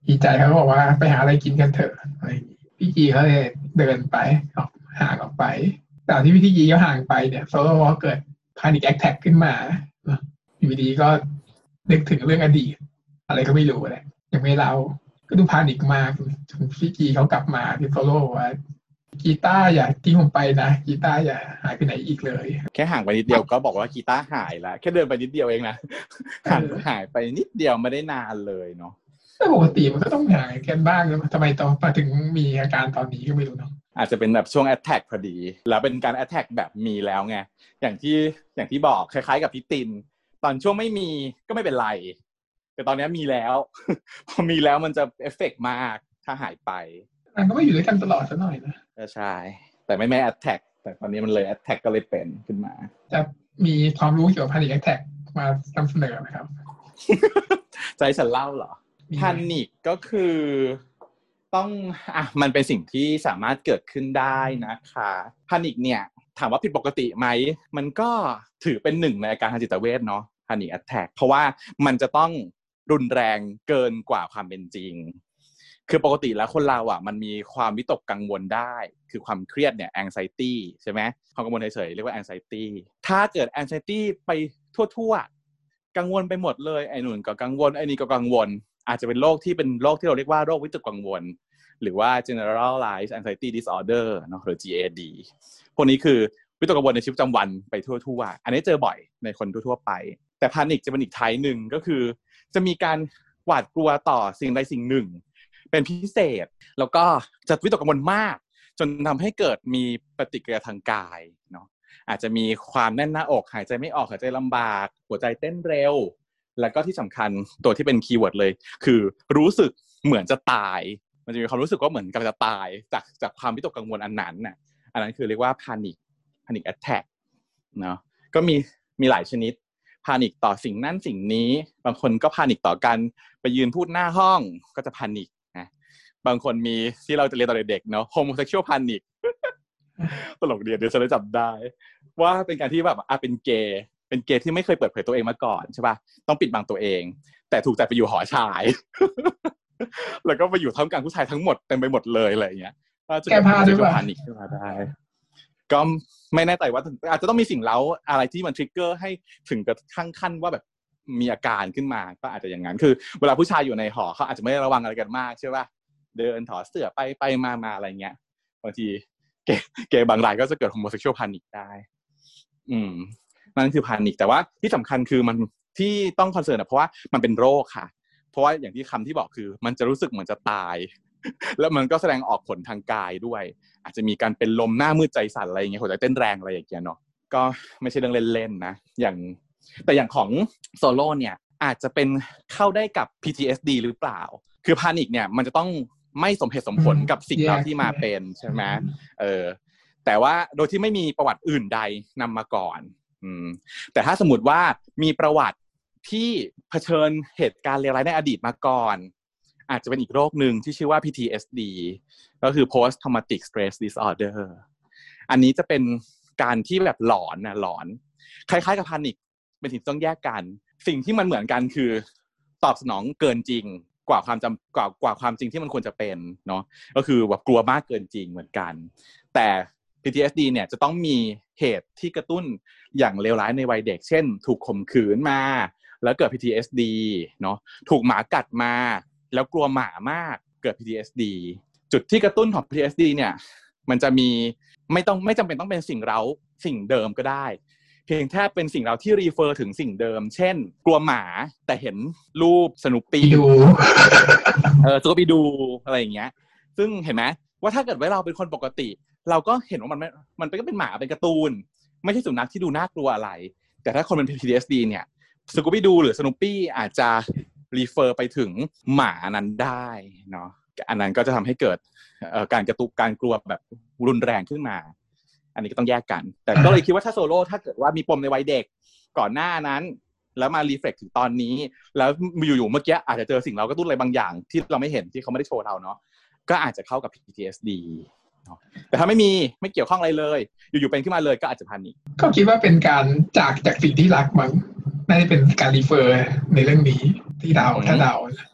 พี่ใจเขาบอกว่าไปหาอะไรกินกันเถอะอะไรอย่างงี้พี่จีเขาเลยเดินไปออกห่างออกไปแต่ที่พี่จีเขาห่างไปเนี่ยโซโล่ก็เกิดพานิคแอคแท็กขึ้นมาอยู่ดีก็นึกถึงเรื่องอดีตอะไรก็ไม่รู้แหละยังไม่เล่าก็ดูพานิคมากจนพี่จีเขากลับมาที่โซโล่ว่ากีตาร์อย่าทิ้งผมไปนะกีตาร์อย่าหายไปไหนอีกเลยแค่ห่างไปนิดเดียวก็บอกว่ากีตาร์หายแล้วแค่เดินไปนิดเดียวเองนะห่างหายไปนิดเดียวไม่ได้นานเลยเนาะแต่ปกติมันก็ต้องหายกันบ้างทำไมตอนมาถึงมีอาการตอนนี้ก็ไม่รู้เนาะอาจจะเป็นแบบช่วง attack พอดีแล้วเป็นการ attack แบบมีแล้วไงอย่างที่อย่างที่บอกคล้ายๆกับพี่ตินตอนช่วงไม่มีก็ไม่เป็นไรแต่ตอนนี้มีแล้วพอมีแล้วมันจะเอฟเฟกต์มากถ้าหายไปมันก็ไม่อยู่ด้วยกันตลอดซะหน่อยนะใช่แต่ไม่ไม่ attack แต่ตอนนี้มันเลย attack ก็เลยเป็นขึ้นมาจะมีความรู้เกี่ยวกับ panic attack มานำเสนอไหมครับใจฉันเล่าเหรอ panic ก็คือต้องอ่ะมันเป็นสิ่งที่สามารถเกิดขึ้นได้นะคะพานิคเนี่ยถามว่าผิดปกติไหมมันก็ถือเป็นหนึ่งในอาการทางจิตเวชเนาะพานิคแอทแทคเพราะว่ามันจะต้องรุนแรงเกินกว่าความเป็นจริงคือปกติแล้วคนเราอ่ะมันมีความวิตกกังวลได้คือความเครียดเนี่ย anxiety ใช่ไหมความกังวลเฉยๆเรียกว่า anxiety ถ้าเกิด anxiety ไปทั่วๆกังวลไปหมดเลยไอ้นู่นก็กังวลไอ้นี่ก็กังวลอาจจะเป็นโรคที่เป็นโรคที่เราเรียกว่าโรควิตกกังวลหรือว่า generalized anxiety disorder เนาะหรือ จี เอ ดี พวกนี้คือวิตกกังวลในชีวิตประจำวันไปทั่วๆอันนี้เจอบ่อยในคนทั่วๆไปแต่พานิคจะเป็นอีกไทป์นึงก็คือจะมีการหวาดกลัวต่อสิ่งใดสิ่งหนึ่งเป็นพิเศษแล้วก็จะวิตกกังวลมากจนทำให้เกิดมีปฏิกิริยาทางกายเนาะอาจจะมีความแน่นหน้าอกหายใจไม่ออกหายใจลำบากหัวใจเต้นเร็วแล้วก็ที่สำคัญตัวที่เป็นคีย์เวิร์ดเลยคือรู้สึกเหมือนจะตายมันจะมีความรู้สึกว่าเหมือนกำลังจะตายจากจากความวิตกกังวลอันนั้นน่ะอันนั้นคือเรียกว่า panic panic attack เนาะก็มีมีหลายชนิด panic ต่อสิ่งนั้นสิ่งนี้บางคนก็ panic ต่อกันไปยืนพูดหน้าห้องก็จะ panic นะบางคนมีที่เราจะเรียนตอนเด็กๆเนาะ homosexual panic ตลกดีเดี๋ยวฉันจะจำได้ว่าเป็นการที่แบบอ่ะเป็นเกย์เป็นเกย์ที่ไม่เคยเปิดเผยตัวเองมาก่อนใช่ป่ะต้องปิดบังตัวเองแต่ถูกจัดไปอยู่หอชายแล้วก็ไปอยู่ท่ามกลางผู้ชายทั้งหมดเต็มไปหมดเลยอะไรอย่างเงี้ยแก้ผ้าด้วยป่ะ panic ขึ้นมาได้ก็ไม่แน่ใจว่าอาจจะต้องมีสิ่งเร้าอะไรที่มันทริกเกอร์ให้ถึงกระทั่งขั้นว่าแบบมีอาการขึ้นมาก็อาจจะอย่างนั้นคือเวลาผู้ชายอยู่ในหอเขาอาจจะไม่ระวังอะไรกันมากใช่ป่ะเดินถอดเสื้อไปไปมามาอะไรเงี้ยบางทีเกย์เกย์บางรายก็จะเกิด homosexual panic ได้อืมนั่นคือ panic แต่ว่าที่สำคัญคือมันที่ต้องคอนเซิร์นเพราะว่ามันเป็นโรคค่ะเพราะว่าอย่างที่คำที่บอกคือมันจะรู้สึกเหมือนจะตายแล้วมันก็แสดงออกผลทางกายด้วยอาจจะมีการเป็นลมหน้ามืดใจสั่นอะไรอย่างเงี้ยหัวใจเต้นแรงอะไรอย่างเงี้ยเนาะก็ไม่ใช่เรื่องเล่นๆนะอย่างแต่อย่างของโซโล่เนี่ยอาจจะเป็นเข้าได้กับ พี ที เอส ดี หรือเปล่าคือพานิคเนี่ยมันจะต้องไม่สมเหตุสมผลกับสิ่งเราที่มาเป็นใช่ไหมเออแต่ว่าโดยที่ไม่มีประวัติอื่นใดนำมาก่อนอืมแต่ถ้าสมมติว่ามีประวัติที่เผชิญเหตุการณ์เลวร้ายในอดีตมาก่อนอาจจะเป็นอีกโรคหนึ่งที่ชื่อว่า พี ที เอส ดี ก็คือ post traumatic stress disorder อันนี้จะเป็นการที่แบบหลอนนะหลอนคล้ายๆกับพานิคเป็นสิ่งต้องแยกกันสิ่งที่มันเหมือนกันคือตอบสนองเกินจริงกว่าความจำกว่ากว่าความจริงที่มันควรจะเป็นเนาะก็คือแบบกลัวมากเกินจริงเหมือนกันแต่ พี ที เอส ดี เนี่ยจะต้องมีเหตุที่กระตุ้นอย่างเลวร้ายในวัยเด็กเช่นถูกข่มขืนมาแล้วเกิด พี ที เอส ดี เนาะถูกหมากัดมาแล้วกลัวหมามากเกิด พี ที เอส ดี จุดที่กระตุ้นของ พี ที เอส ดี เนี่ยมันจะมีไม่ต้องไม่จำเป็นต้องเป็นสิ่งเร้าสิ่งเดิมก็ได้เพียงแค่เป็นสิ่งเร้าที่รีเฟอร์ถึงสิ่งเดิมเช่นกลัวหมาแต่เห็นรูปสนุปปี้ดูเออสนุปปี้ดูอะไรอย่างเงี้ยซึ่งเห็นไหมว่าถ้าเกิดว่าเราเป็นคนปกติเราก็เห็นว่ามันมันก็เป็นหมาเป็นการ์ตูนไม่ใช่สุนัขที่ดูน่ากลัวอะไรแต่ถ้าคนเป็น พี ที เอส ดี เนี่ยสนุปปี้ดูหรือสนุปปี้อาจจะรีเฟอร์ไปถึงหมานั้นได้เนาะอันนั้นก็จะทำให้เกิดการกระตุกการกลัวแบบรุนแรงขึ้นมาอันนี้ก็ต้องแยกกันแต่ก็เลยคิดว่าถ้าโซโล่ถ้าเกิดว่ามีปมในวัยเด็กก่อนหน้านั้นแล้วมารีเฟล็กถึงตอนนี้แล้วอยู่ๆเมื่อกี้อาจจะเจอสิ่งเรากระตุ้นอะไรบางอย่างที่เราไม่เห็นที่เขาไม่ได้โชว์เราเนาะก็อาจจะเข้ากับ พี ที เอส ดี แต่ถ้าไม่มีไม่เกี่ยวข้องอะไรเลยอยู่ๆเป็นขึ้นมาเลยก็อาจจะพานิคก็คิดว่าเป็นการจากจากสิ่งที่รักมั้งน่าจะเป็นการรีเฟอร์ในเรื่องนี้ที่เดาถ้าเดา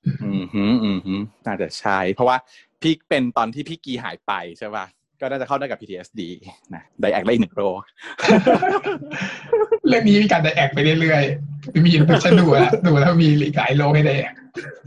อืมฮึอืมฮึน่าจะใช่เพราะว่าพี่เป็นตอนที่พี่กีหายไปใช่ป่ะก็น่าจะเข้าได้กับ พี ที เอส ดี นะไดแอกได้อีกหนึ่งโรคเรื่องนี้มีการไดแอกไปเรื่อยๆมีฉันดูแล้วดูแล้วมีหลายโลให้ไดแอก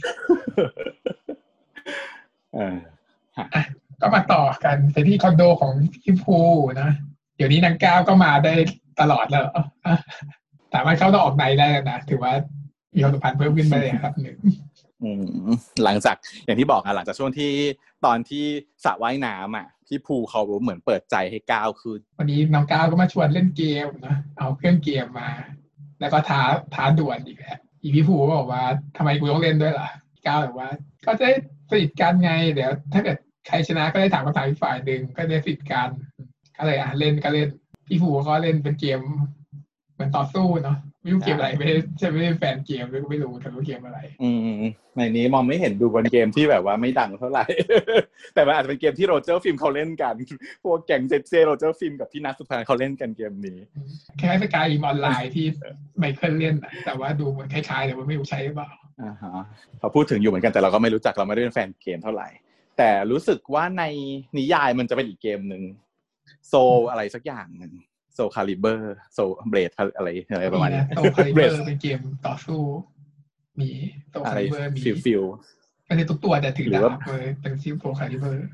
เอออ่ะก็มาต่อกันไปที่คอนโดของพี่ภูนะเดี๋ยวนี้นางก้าวก็มาได้ตลอดแล้วอ่ะสามารถเข้าต้องออกในได้แล้วนะถือว่ามีความสัมพันธ์เพิ่มขึ้นไปเลยครับหนึ่งอืมหลังจากอย่างที่บอกอ่ะหลังจากช่วงที่ตอนที่สระว่ายน้ำอ่ะพี่ภูเขาเหมือนเปิดใจให้ก้าวขึ้นวันนี้น้องก้าวก็มาชวนเล่นเกมนะเอาเครื่องเกมมา แล้วก็ท้าท้าดวลอีกแล้วอีพี่ภูก็บอกว่าทำไมกูต้องเล่นด้วยล่ะก้าวบอกว่าก็จะได้สนิทกันไงเดี๋ยวถ้าเกิดใครชนะก็ได้ถามคำถามอีกฝ่ายหนึ่งก็ได้สนิทกันก็เลยอ่ะเล่นก็เล่นพี่ภูก็เล่นเป็นเกมเหมือนต่อสู้เนาะไม่รู้เกมอะไรไม่ได้ใช่ไม่ได้แฟนเกมเลยก็ไม่รู้แต่รู้เกมอะไรอืมในนี้มองไม่เห็นดูบนเกมที่แบบว่าไม่ดังเท่าไหร่ แต่มันอาจจะเป็นเกมที่โรเจอร์ฟิล์มเขาเล่นกันพวกแก๊งเจเจโรเจอร์ฟิล์มกับพี่นัทสุพรรณเขาเล่นกันเกมนี้คล้ายๆสกายอิมออนไลน์ที่ไมเคิลเล่นแต่ว่าดูเหมือนคล้ายๆแต่ว่าไม่รู้ใช้หรือเปล่าอ่าฮะพอพูดถึงอยู่เหมือนกันแต่เราก็ไม่รู้จักเราไม่ได้เป็นแฟนเกมเท่าไหร่แต่รู้สึกว่าในนิยายมันจะเป็นอีกเกมหนึ่งโซอะไรสักอย่างหนึ่งโซคาลิเบอร์โซเบรดอะไรอะไรประมาณนี้โซคาลิเบอร์เป็นเกมต่อสู้มีโซคาลิเบอร์มีฟิลฟิลไม่ใช่ทุกตัวแต่ถือดาบเลยเป็นซิลโซคาลิเบอร์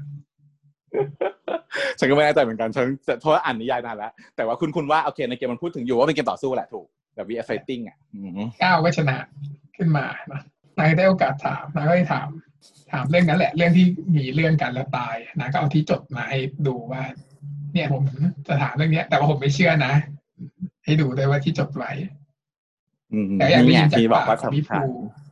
ฉันก็ไม่แน่ใจเหมือนกันฉันเพราะอ่านนิยายนานแล้วแต่ว่าคุณคุณว่าโอเคในเกมมันพูดถึงอยู่ว่าเป็นเกมต่อสู้แหละถูกแบบ วี เอฟ Fighting อ่ะก้าวก็ชนะขึ้นมานะนายได้โอกาสถามนายก็ได้ถามถามเรื่องนั้นแหละเรื่องที่มีเรื่องกันแล้วตายนายก็เอาที่จดมาให้ดูว่าเนี่ยผมจะถามเรื่องนี้แต่ว่าผมไม่เชื่อนะให้ดูด้วยว่าที่จดไว้แต่อยากได้ยินจากปากของพี่ภู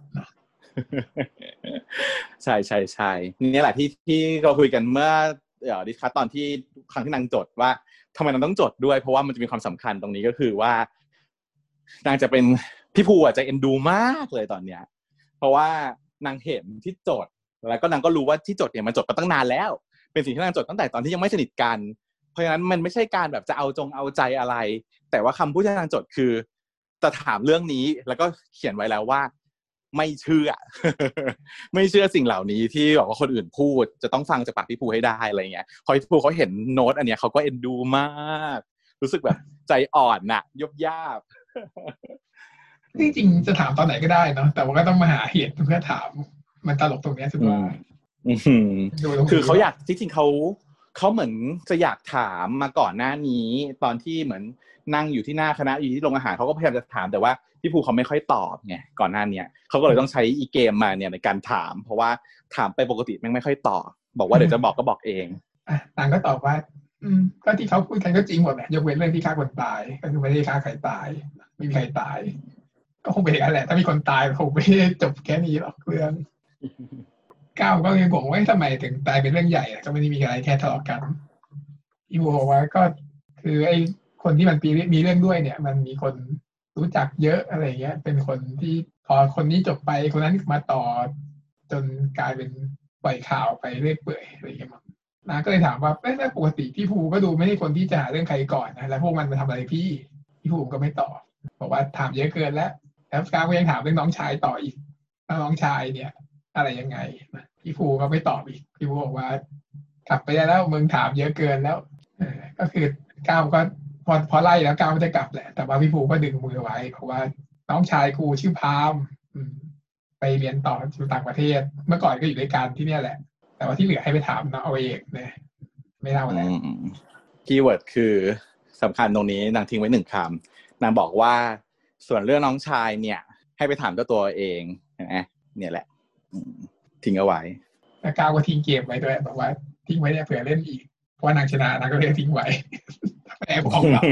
ใช่ใช่ใช่นี่แหละที่ที่เราคุยกันเมื่อเดี๋ยวดิสคัสตอนที่ครั้งที่นางจดว่าทำไมนางต้องจดด้วยเพราะว่ามันจะมีความสำคัญตรงนี้ก็คือว่านางจะเป็นพี่ภูอ่ะจะเอ็นดูมากเลยตอนเนี้ยเพราะว่านางเห็นที่จดแล้วก็นางก็รู้ว่าที่จดเนี่ยมันจดมาตั้งนานแล้วเป็นสิ่งที่นางจดตั้งแต่ตอนที่ยังไม่สนิทกันเพราะฉะนั้นมันไม่ใช่การแบบจะเอาจงเอาใจอะไรแต่ว่าคำพูดที่นางจดคือจะถามเรื่องนี้แล้วก็เขียนไว้แล้วว่าไม่เชื่อ ไม่เชื่อสิ่งเหล่านี้ที่บอกว่าคนอื่นพูดจะต้องฟังจากปากพี่ภูให้ได้อะไรเงี้ยพอพี่ภูเขาเห็นโน้ตอันเนี้ยเขาก็เอ็นดูมากรู้สึกแบบใจอ่อนน่ะยบยาบจริงๆจะถามตอนไหนก็ได้เนาะแต่ว่าก็ต้องมาหาเหตุเพื่อถามมันตลกตรงนี้สุดว่าคือเขาอยากจริงๆเขาเขาเหมือนจะอยากถามมาก่อนหน้านี้ตอนที่เหมือนนั่งอยู่ที่หน้าคณะอยู่ที่โรงอาหารเขาก็พยายามจะถามแต่ว่าพี่ภูเขาไม่ค่อยตอบไงก่อนหน้านี้เขาก็เลยต้องใช้อีเกมมาเนี่ยในการถามเพราะว่าถามไปปกติแม่งไม่ค่อยตอบบอกว่าเดี๋ยวจะบอกก็บอกเองอ่ะต่างก็ตอบว่าอืมก็ที่เขาพูดกันก็จริงหมดแหละยกเว้นเรื่องที่ฆ่าคนตายก็คือไม่ได้ฆ่าใครตายไม่มีใครตายก็คงเป็นอย่างนั้นแหละถ้ามีคนตายคงไม่ได้จบแค่นี้หรอกเรื่องก้าวก็ยังบอกว่าทำไมถึงตายเป็นเรื่องใหญ่ก็ไม่ได้มีอะไรแค่ทะเลาะกันอีโวบอกว่าก็คือไอ้คนที่มันมีเรื่องด้วยเนี่ยมันมีคนรู้จักเยอะอะไรเงี้ยเป็นคนที่พอคนนี้จบไปคนนั้นมาต่อจนกลายเป็นปล่อยข่าวไปเรื่อยเปื่อยอะไรอย่างเงี้ยนาก็เลยถามว่าเอ๊ะปกติพี่ภูก็ดูไม่ใช่คนที่จะหาเรื่องใครก่อนนะแล้วพวกมันมาทำอะไรพี่พี่ภูก็ไม่ตอบบอกว่าถามเยอะเกินแล้วแล้วก้าวก็ยังถามเรื่องน้องชายต่ออีกน้องชายเนี่ยอะไรยังไงพี่ภูก็ไม่ตอบอีกพี่ภูบอกว่ากลับไปได้แล้วมึงถามเยอะเกินแล้วก็คือก้าวก็พอพอไล่แล้วก้าวจะกลับแหละแต่ว่าพี่ภูก็ดึงมือไว้เพราะว่าน้องชายกูชื่อพามไปเรียนต่ออยู่ต่างประเทศเมื่อก่อนก็อยู่ด้วยกันที่นี่แหละแต่ว่าที่เหลือให้ไปถามน้องเอาเองนะไม่เล่าแล้วคีย์เวิร์ดคือสำคัญตรงนี้นางทิ้งไว้หนึ่งคำนางบอกว่าส่วนเรื่องน้องชายเนี่ยให้ไปถามเจ้าตัวเองนะเนี่ยแหละทิ้งเอาไว้แล้วก้าวก็ทิ้งเกมไว้ด้วยบอกว่าทิ้งไว้เนี่ยเผื่อเล่นอีกเพราะว่านางชนะนางก็เลยทิ้งไว้แอบออกมา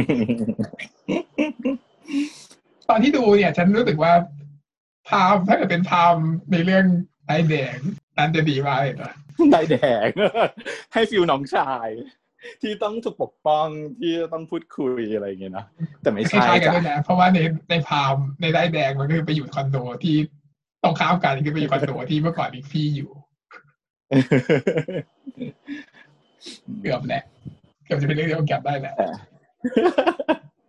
ตอนที่ดูเนี่ยฉันรู้สึกว่าพามถ้าเกิดเป็นพามในเรื่องไอ้แดงนั้นจะดีมากเลยนะได้แดงให้ฟิลน้องชายที่ต้องถูกปกป้องที่ต้องพูดคุยอะไรอย่างเงี้ยนะแต่ไม่ใช่กันด้วยนะเพราะว่าในในพามในได้แดงมันก็คือไปอยู่คอนโดที่ต้องข้ามกันคือไปอยู่คอนโดที่เมื่อก่อนอีกพี่อยู่เกือบแหละเกือบจะเป็นเรื่องที่ต้องแก็บได้แหละ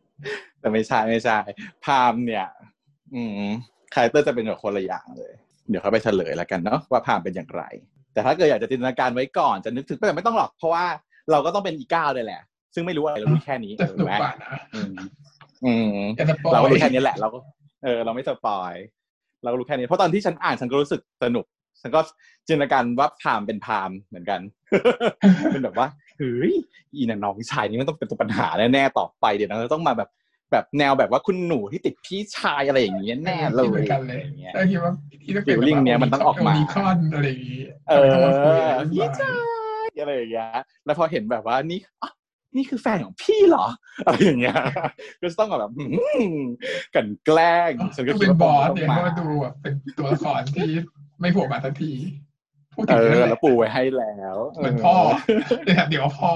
แต่ไม่ใช่ไม่ใช่พามเนี่ยอืมคาแรคเตอร์จะเป็นแบบคนละอย่างเลยเดี๋ยวเขาไปเฉลยแล้วกันเนาะว่าพามเป็นอย่างไรแต่ถ้าเกิดอยากจะจินตนาการไว้ก่อนจะนึกถึงแต่ไม่ต้องหรอกเพราะว่าเราก็ต้องเป็นอีก้าวเลยแหละซึ่งไม่รู้อะไรเรารู้แค่นี้ถูกไหมอืมอืมเราก็รู้แค่นี้แหละเราก็เออเราไม่สปอยเราก็รู้แค่นี้เพราะตอนที่ฉันอ่านฉันก็รู้สึกสนุกฉันก็จินตนาการว่าพามเป็นพามเหมือนกัน เป็นแบบว่าเฮ้ยอีน่ะน้องชายนี่มันต้องเป็นตัวปัญหาแน่ๆต่อไปเดี๋ยวเราต้องมาแบบแบบแนวแบบว่าคุณหนูที่ติดพี่ชายอะไรอย่างเงี้ยแน่เลยเหมือนกันเลยแต่คิดว่าที่ต้องเป็นฟิลลิ่งเนี้ยมันต้องออกมานิคอนอะไรอย่างงี้เออต้องมาคุยพี่ชายอะไรอย่างเงี้ยแล้วพอเห็นแบบว่านี่นี่คือแฟนของพี่เหรออะไรอย่างเงี้ยก็ต้องแบบกันแกล้งฉันก็คิดว่าบอสเนี่ยเพราะว่าดูแบบเป็นตัวละครที่ไม่โผล่มาทันทีพูดถึงนั่นแหละแล้วปูไว้ให้แล้วเหมือนพ่อเดี๋ยวพ่อ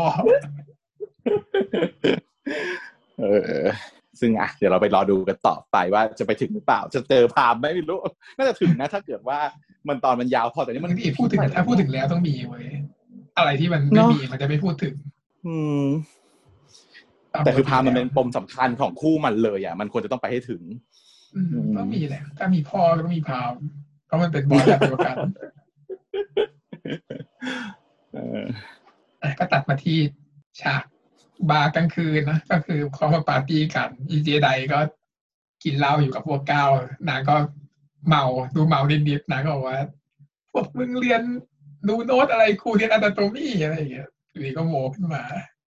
เออซึ่งอ่ะเดี๋ยวเราไปรอดูกันต่อไปว่าจะไปถึงหรือเปล่าจะเจอพามไหมไม่รู้น่าจะถึงนะถ้าเกิดว่ามันตอนมันยาวพอแต่นี่มันพูดถึงถ้าพูดถึงแล้วต้องมีเว้ยอะไรที่มันไม่มีมันจะไม่พูดถึงอืมแต่คือพามมันเป็นปมสำคัญของคู่มันเลยอ่ะมันควรจะต้องไปให้ถึงก็มีแหละถ้ามีพ่อก็มีพามเพราะมันเป็นบอสแบบเดียวกันก็ตัดมาที่ฉากบาร์กลางคืนนะก็คือเขามาปาร์ตี้กันอีเจไดก็กินเหล้าอยู่กับพวกก้าวนางก็เมาดูเมานิดๆนางก็บอกว่าพวกมึงเรียนดูโน้ตอะไรครูเรียนอะนาโตมีอะไรอย่างเงี้ยอยู่ดีก็โมขึ้นมา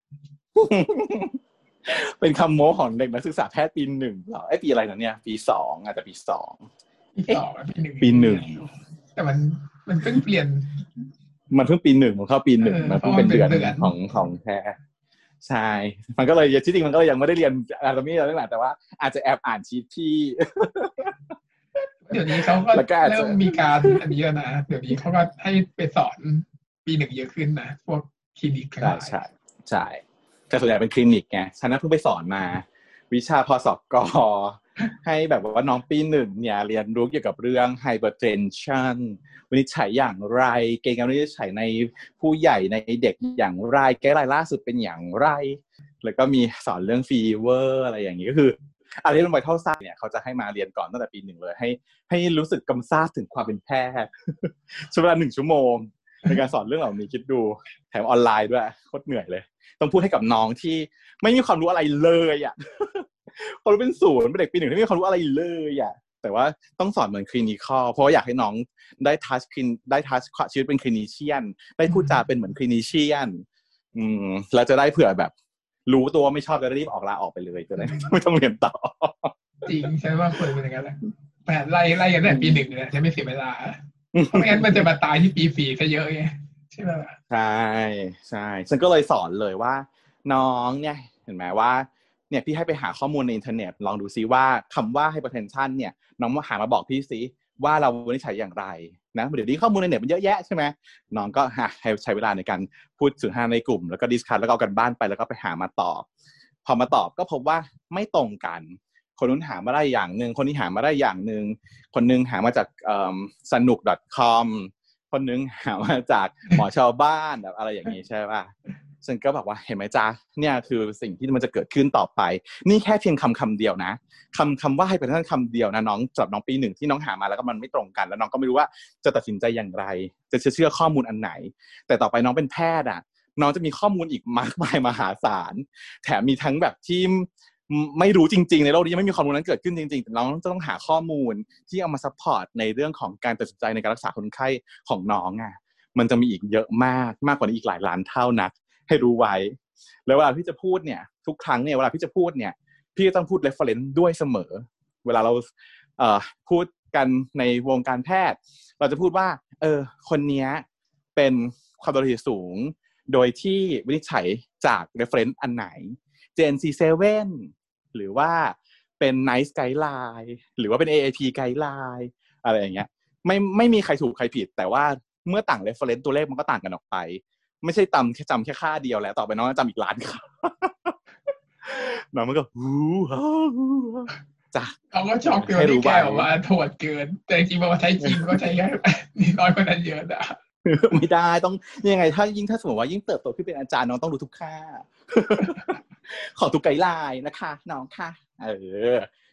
เป็นคำโม้ของเด็กนักศึกษาแพทย์ปีหนึ่งเหรอไอ้ปีอะไรนะเนี่ยปีสองอาจจะปีสองปีสองปีหนึ่งปีหนึ่งแต่มันมันเพิ่งเปลี่ยนมันเพิ่งปีหนึ่งมันเข้าปีหนึ่งมันเพิ่งเป็นเดือนของของแพทย์ใช่มันก็เลยที่จริงมันก็เลยยังไม่ได้เรียนอะนาโตมีอะไรนั่นแหละแต่ว่าอาจจะแอบอ่านชีทที่เดี๋ยวนี้เขาก็เริ่มมีการอันนี้แล้วนะเดี๋ยวนี้เขาก็ให้ไปสอนปีหนึ่งเยอะขึ้นนะพวกคลินิกทั้งหลายใช่ใช่แต่ส่วนใหญ่เป็นคลินิกไงฉันน่ะเพิ่งไปสอนมาวิชาพสกให้แบบว่าน้องปีหนึ่งเนี่ยเรียนรู้เกี่ยวกับเรื่อง hypertension วินิจฉัยอย่างไรเกณฑ์การวินิจฉัยในผู้ใหญ่ในเด็กอย่างไรไกด์ไลน์ล่าสุดเป็นอย่างไรแล้วก็มีสอนเรื่องฟีเวอร์อะไรอย่างนี้ก็คืออะไรที่ลงไปเท่าซ่าเนี่ยเขาจะให้มาเรียนก่อนตั้งแต่ปีหนึ่งเลยให้ให้รู้สึกกำซาบถึงความเป็นแพทย์ใช้เวลาหนึ่งชั่วโมงในการสอนเรื่องเหล่านี้คิดดูแถมออนไลน์ด้วยโคตรเหนื่อยเลยต้องพูดให้กับน้องที่ไม่มีความรู้อะไรเลยอ่ะเขาเป็นศูนย์เป็นเด็กปีหนึ่งที่ไม่มีความรู้อะไรเลยอ่ะแต่ว่าต้องสอนเหมือนคลินิคอลเพราะว่าอยากให้น้องได้ทัชคลินได้ทัชชีวิตเป็นคลินิเชียนได้พูดจาเป็นเหมือนคลินิเชียนอืมแล้วจะได้เผื่อแบบรู้ตัวไม่ชอบจะรีบออกลาออกไปเลยจะได้ไม่ต้องเรียนต่อจริงใช่ว่าควรเป็นอย่างนั้นแหละแต่ไล่ไล่กันแต่ปีหนึ่งเนี่ยจะไม่เสียเวลาเพราะงั้นมันจะมาตายที่ปีสี่ซะเยอะไงใช่ไหมล่ะใช่ใช่ฉันก็เลยสอนเลยว่าน้องเนี่ยเห็นไหมว่าเนี่ยพี่ให้ไปหาข้อมูลในอินเทอร์เน็ตลองดูซิว่าคำว่า hypertension เนี่ยน้องมาหามาบอกพี่ซิว่าเราวินิจฉัยอย่างไรนะเดี๋ยวนี้ข้อมูลในเน็ตมันเยอะแยะใช่ไหมน้องก็ให้ใช้เวลาในการพูดสื่อหาในกลุ่มแล้วก็ดิสคัสแล้วก็เอากันบ้านไปแล้วก็ไปหามาตอบพอมาตอบก็พบว่าไม่ตรงกันคนนู้นหามาได้อย่างนึงคนนี้หามาได้อย่างนึงคนนึงหามาจากสนุก .com คนนึงหามาจากหมอชาวบ้านแบบอะไรอย่างนี้ใช่ป่ะฉันก็บอกว่าเห็นไหมจ๊ะเนี่ยคือสิ่งที่มันจะเกิดขึ้นต่อไปนี่แค่เพียงคำคำเดียวนะคำคำว่าให้เป็นคำเดียวนะน้องสำหรับน้องปีหนึ่งที่น้องหามาแล้วก็มันไม่ตรงกันแล้วน้องก็ไม่รู้ว่าจะตัดสินใจอย่างไรจะเชื่อข้อมูลอันไหนแต่ต่อไปน้องเป็นแพทย์อ่ะน้องจะมีข้อมูลอีกมากมายมหาศาลแถมมีทั้งแบบที่ไม่รู้จริงๆในโลกนี้ยังไม่มีข้อมูลนั้นเกิดขึ้นจริงๆแต่น้องจะต้องหาข้อมูลที่เอามาซัพพอร์ตในเรื่องของการตัดสินใจในการรักษาคนไข้ของน้องอ่ะมันจะมีอีกเยอะมากมากกว่านี้อีกหลายล้านเท่านักให้รู้ไว้แล้วเวลาพี่จะพูดเนี่ยทุกครั้งเนี่ยเวลาพี่จะพูดเนี่ยพี่ต้องพูด reference ด้วยเสมอเวลาเราเอ่อพูดกันในวงการแพทย์เราจะพูดว่าเออคนนี้เป็นความดันโลหิตสูงโดยที่วินิจฉัยจาก reference อันไหน เจ เอ็น ซี เซเว่น หรือว่าเป็น ไนซ์ Guideline หรือว่าเป็น เอ เอ พี Guideline อะไรอย่างเงี้ยไม่ไม่มีใครถูกใครผิดแต่ว่าเมื่อต่าง reference ตัวเลขมันก็ต่างกันออกไปไม่ใช่จำแค่จำแค่ค่าเดียวแล้วต่อไปน้องจำอีกล้านค่าน้องมันก็ฮู้ฮู้จ้ะเขาก็ช็อกเดียวที่แกออกมาโหดเกินแต่จริงๆพอมาใช้จริงก็ใช้แค่นี่น้อยกว่านั้นเยอะนะไม่ได้ต้องยังไงถ้ายิ่งถ้าสมมติว่ายิ่งเติบโตขึ้นเป็นอาจารย์น้องต้องรู้ทุกค่าขอทุกไกด์ไลน์นะคะน้องค่ะเออ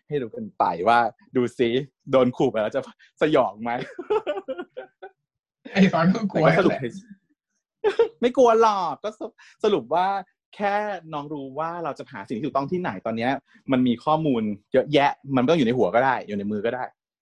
ให้รู้กันไปว่าดูซิโดนขู่ไปแล้วจะสยองไหมไอ้ตอนก็กลัวแหละไม่กลัวหรอกก็สรุปว่าแค่น้องรู้ว่าเราจะหาสิ่งที่ถูกต้องที่ไหนตอนนี้มันมีข้อมูลเยอะแยะมันไม่ต้องอยู่ในหัวก็ได้อยู่ในมือก็ได้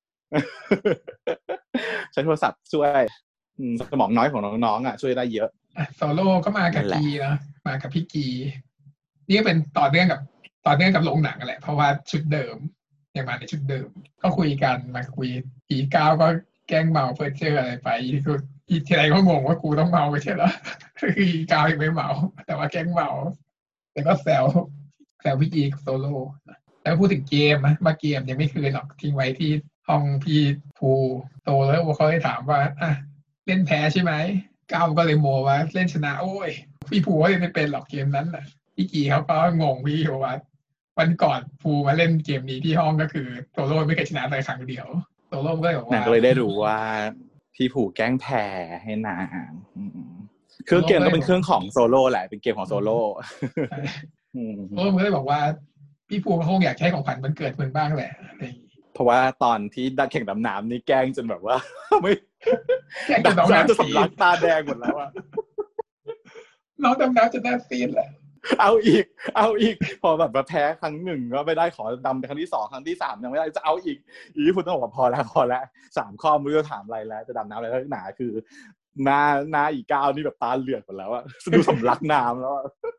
ใช้โทรศัพท์ช่วยสมองน้อยของน้องๆอ่ะช่วยได้เยอะโซโล่ก็มากับกีนะมากับพี่กีนี่ก็เป็นต่อเนื่องกับต่อเนื่องกับโรงหนังแหละเพราะว่าชุดเดิมยังมาในชุดเดิมก็คุยกันมาคุยอีก้าวก็แกล้งเมาเพื่อเจออะไรไปคืออีทีไรก็งงว่ากูต้องเมาไม่ใช่เหรอคืออีก้าวยังไม่เมาแต่ว่าแกล้งเมาแต่ก็แซวแซวพี่กีกับโซโล่แล้วพูดถึงเกมนะมาเกมยังไม่คืนหรอกทิ้งไว้ที่ห้องพี่ภูโตแล้วเขาเลยถามว่าอ่ะเล่นแพ้ใช่ไหมก้าวก็เลยโมว่าเล่นชนะโอ้ยพี่ภูก็ยังไม่เป็นหรอกเกมนั้นน่ะพี่กีเขาก็งงพี่ว่าวันก่อนภูมาเล่นเกมนี้ที่ห้องก็คือโตโร่ไม่เคยชนะเลยครั้งเดียวโตโร่ก็เลยบอกว่าก็เลยได้รู้ว่าพี่ภูแกล้งแพ้ให้นางเครื่องเกมก็เป็นเครื่องของโซโล่แหละเป็นเกมของโซโล่โตโร่ก็เลยบอกว่าพี่ภูเขาคงอยากให้ของขวัญวันเกิดมึงบ้างแหละเพราะว่าตอนที่ดักแข่งดำน้ำนี่แกล้งจนแบบว่าไม่แกล้งจนน้องน้ำจะสำลักตาแดงหมดแล้วอะน้องดำน้ำจะหน้าซีดแหละเอาอีกเอาอีกพอแบบมาแพ้ครั้งหนึ่งก็ไม่ได้ขอดำไปครั้งที่สองครั้งที่สามยังไม่ได้จะเอาอีกอีกคุณต้องบอกว่าพอแล้วพอแล้วสามข้อไม่รู้จะถามอะไรแล้วจะดำน้ำอะไรหนาคือหน้าหน้าอีกก้าวนี่แบบตาเหลือกหมดแล้วอะดูสำลักน้ำแล้ว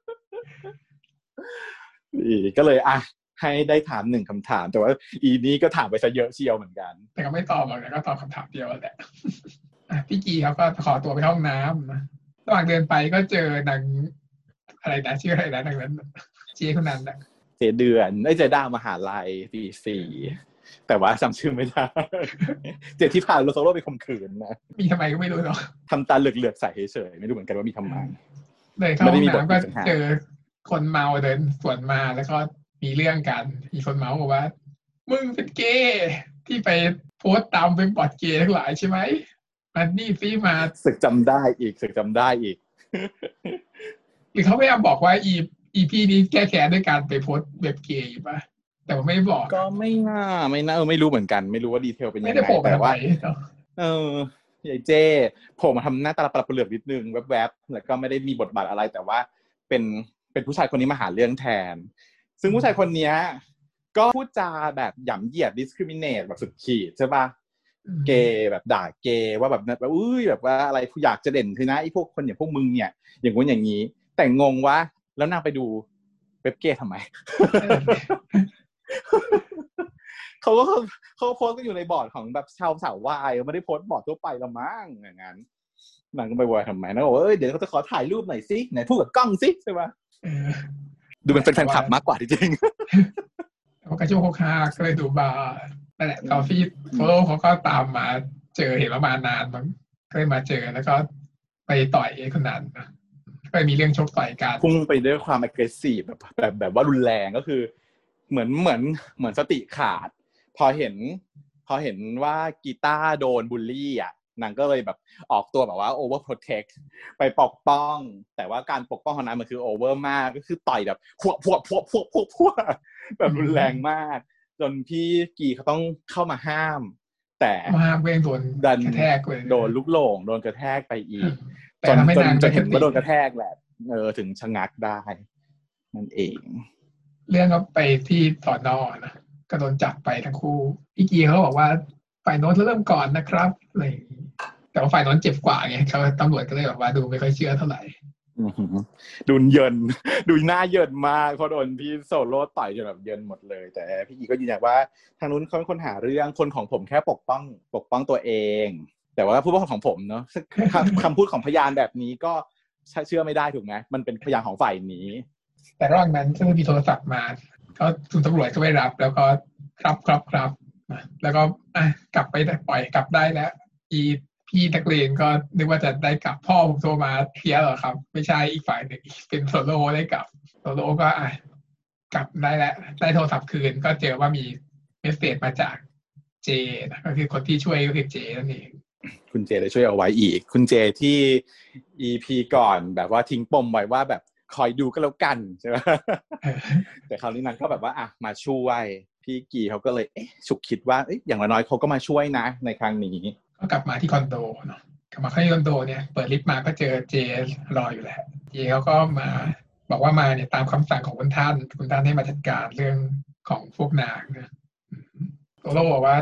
อีก็เลยอ่ะให้ได้ถามหนึ่งคำถามแต่ว่าอีนี้ก็ถามไปซะเยอะเชียวเหมือนกันแต่ก็ไม่ตอบหรอกแต่ก็ตอบคำถามเดียวแหละพี่กีเขาก็ขอตัวไปห้องน้ำนะระหว่างเดินไปก็เจอนางอะไรนะชื่ออะไรนะนางนั้นเจ๊คนนั้นนะเจเดือนไอ้เจด้ามหาลัยปีสี่แต่ว่าจำชื่อไม่ได้เจที่พาโลโซโร่ไปข่มขืนนะมีทำไมก็ไม่รู้เนาะทำตาเหลือกๆใส่เฉยๆไม่รู้เหมือนกันว่ามีทำไมเลยเข้าห้องน้ำก็เจอคนเมาเดินสวนมาแล้วก็มีเรื่องกันมีคนเมาบอกว่ามึงเป็นเกย์ที่ไปโพสต์ตามเป็นบอทเกย์ทั้งหลายใช่ไหมมันนี่ซีมาสึกจำได้อีกสึกจำได้อีกหรือเขาพยายามบอกว่าอีอีพีนี้แก้แค้นด้วยการไปโพสต์เว็บเกย์ป่ะแต่ว่าไม่บอกก็ไม่น่าไม่น่าเออไม่รู้เหมือนกันไม่รู้ว่าดีเทลเป็นยังไงแต่ว่าเออยายเจ้ผมมาทำหน้าตาปรับเปลือกนิดนึงแวบๆแล้วก็ไม่ได้มีบทบาทอะไรแต่ว่าเป็นเป็นผู้ชายคนนี้มาหาเรื่องแทนซึ่งผู้ชายคนนี้ก็พูดจาแบบหยำเหยียด discriminate แบบสุดขีดใช่ป่ะเกย์แบบด่าเกย์ว่าแบบแบบอุ้ยแบบว่าอะไรผู้อยากจะเด่นคือนะไอ้พวกคนอย่างพวกมึงเนี่ยอย่างงู้นอย่างนี้แต่งงว่าแล้วนางไปดูเว็บเกย์ทำไม เขาก็เขาโพสต์กันอยู่ในบอร์ดของแบบชาวสาววายไม่ได้โพสต์บอร์ดทั่วไปละมั้งอย่างนั้นนางก็ไปวายทำไมนะบอกว่าเอ้ยเดี๋ยวเขาจะขอถ่ายรูปหน่อยสิไหนพูดกับกล้องสิใช่ป่ะดูเป็นแฟนคลับมากกว่าจริงเขากระโชกโคคาก็เลยดูบาร์นั่นแหละตอนที่โฟโล่เขาก็ตามมาเจอเห็นว่ามานานมั้งก็เลยมาเจอแล้วก็ไปต่อยไอ้คนนั้นก็มีเรื่องชกต่อยกันพุ่งไปด้วยความ aggressive แบบแบบแบบว่ารุนแรงก็คือเหมือนเหมือนเหมือนสติขาดพอเห็นพอเห็นว่ากีตาร์โดนบูลลี่อ่ะนางก็เลยแบบออกตัวแบบว่า over protect ไปปกป้องแต่ว่าการปกป้องของนางมันคือ over มากก็คือต่อยแบบพวกพวกพวกพวกพวกพวกแบบรุนแรงมากจนพี่กีเขาต้องเข้ามาห้ามแต่มาเวงโดนกระแทกโดนลูกหลงโดนกระแทกไปอีกจนจนจะเห็นว่าโดนกระแทกแหละเออถึงชะงักได้นั่นเองเรื่องก็ไปที่สอนอนะก็โดนจับไปทั้งคู่พี่กีเขาบอกว่าฝ่ายโน้นเริ่มก่อนนะครับอะไรแต่ว่าฝ่ายโน้นเจ็บกว่าไงเขาตำรวจก็เลยแบบว่าดูไม่ค่อยเชื่อเท่าไหร่ดูเยินดูหน้าเยินมากเพราะโดนพี่โซโล่ต่อยจนแบบเยินหมดเลยแต่พี่กีก็ยืนยันว่าทางนู้นเขาเป็นคนหาเรื่องคนของผมแค่ปกป้องปกป้องตัวเองแต่ว่าผู้ปกป้องของผมเนาะคำพูดของพยานแบบนี้ก็เชื่อไม่ได้ถูกไหมมันเป็นพยานของฝ่ายนี้แต่ระหว่างนั้นก็มีโทรศัพท์มาก็คุณตำรวจก็ไปรับแล้วก็ครับครับครับแล้วก็อ่ะกลับไปปล่อยกลับได้แล้วอีพี่นักเรียนก็นึกว่าจะได้กลับพ่อผมโทรมาเคลียร์เหรอครับไม่ใช่อีกฝ่ายหนึ่งเป็นโซโล่ได้กลับโซโล่ก็อ่ะกลับได้แล้วได้โทรศัพท์คืนก็เจอว่ามีเมสเสจมาจากเจนะก็คือคนที่ช่วยก็คือเจนั่นเองคุณเจเลยช่วยเอาไว้อีกคุณเจที่ อี พี ก่อนแบบว่าทิ้งปมไว้ว่าแบบคอยดูก็แล้วกันใช่ไหมแต่คราวนี้นางก็แบบว่าอ่ะมาช่วยพี่กีเขาก็เลยเอ๊ะฉุกคิดว่าเอ๊ะอย่างน้อยๆเขาก็มาช่วยนะในครั้งนี้ก็กลับมาที่คอนโดเนาะกลับมาที่คอนโดเนี่ยเปิดลิฟต์มาก็เจอเจรออยู่แหละเจเขาก็มาบอกว่ามาเนี่ยตามคำสั่งของคุณท่านคุณท่านให้มาจัดการเรื่องของพวกนางนะโตโร่บอกว่า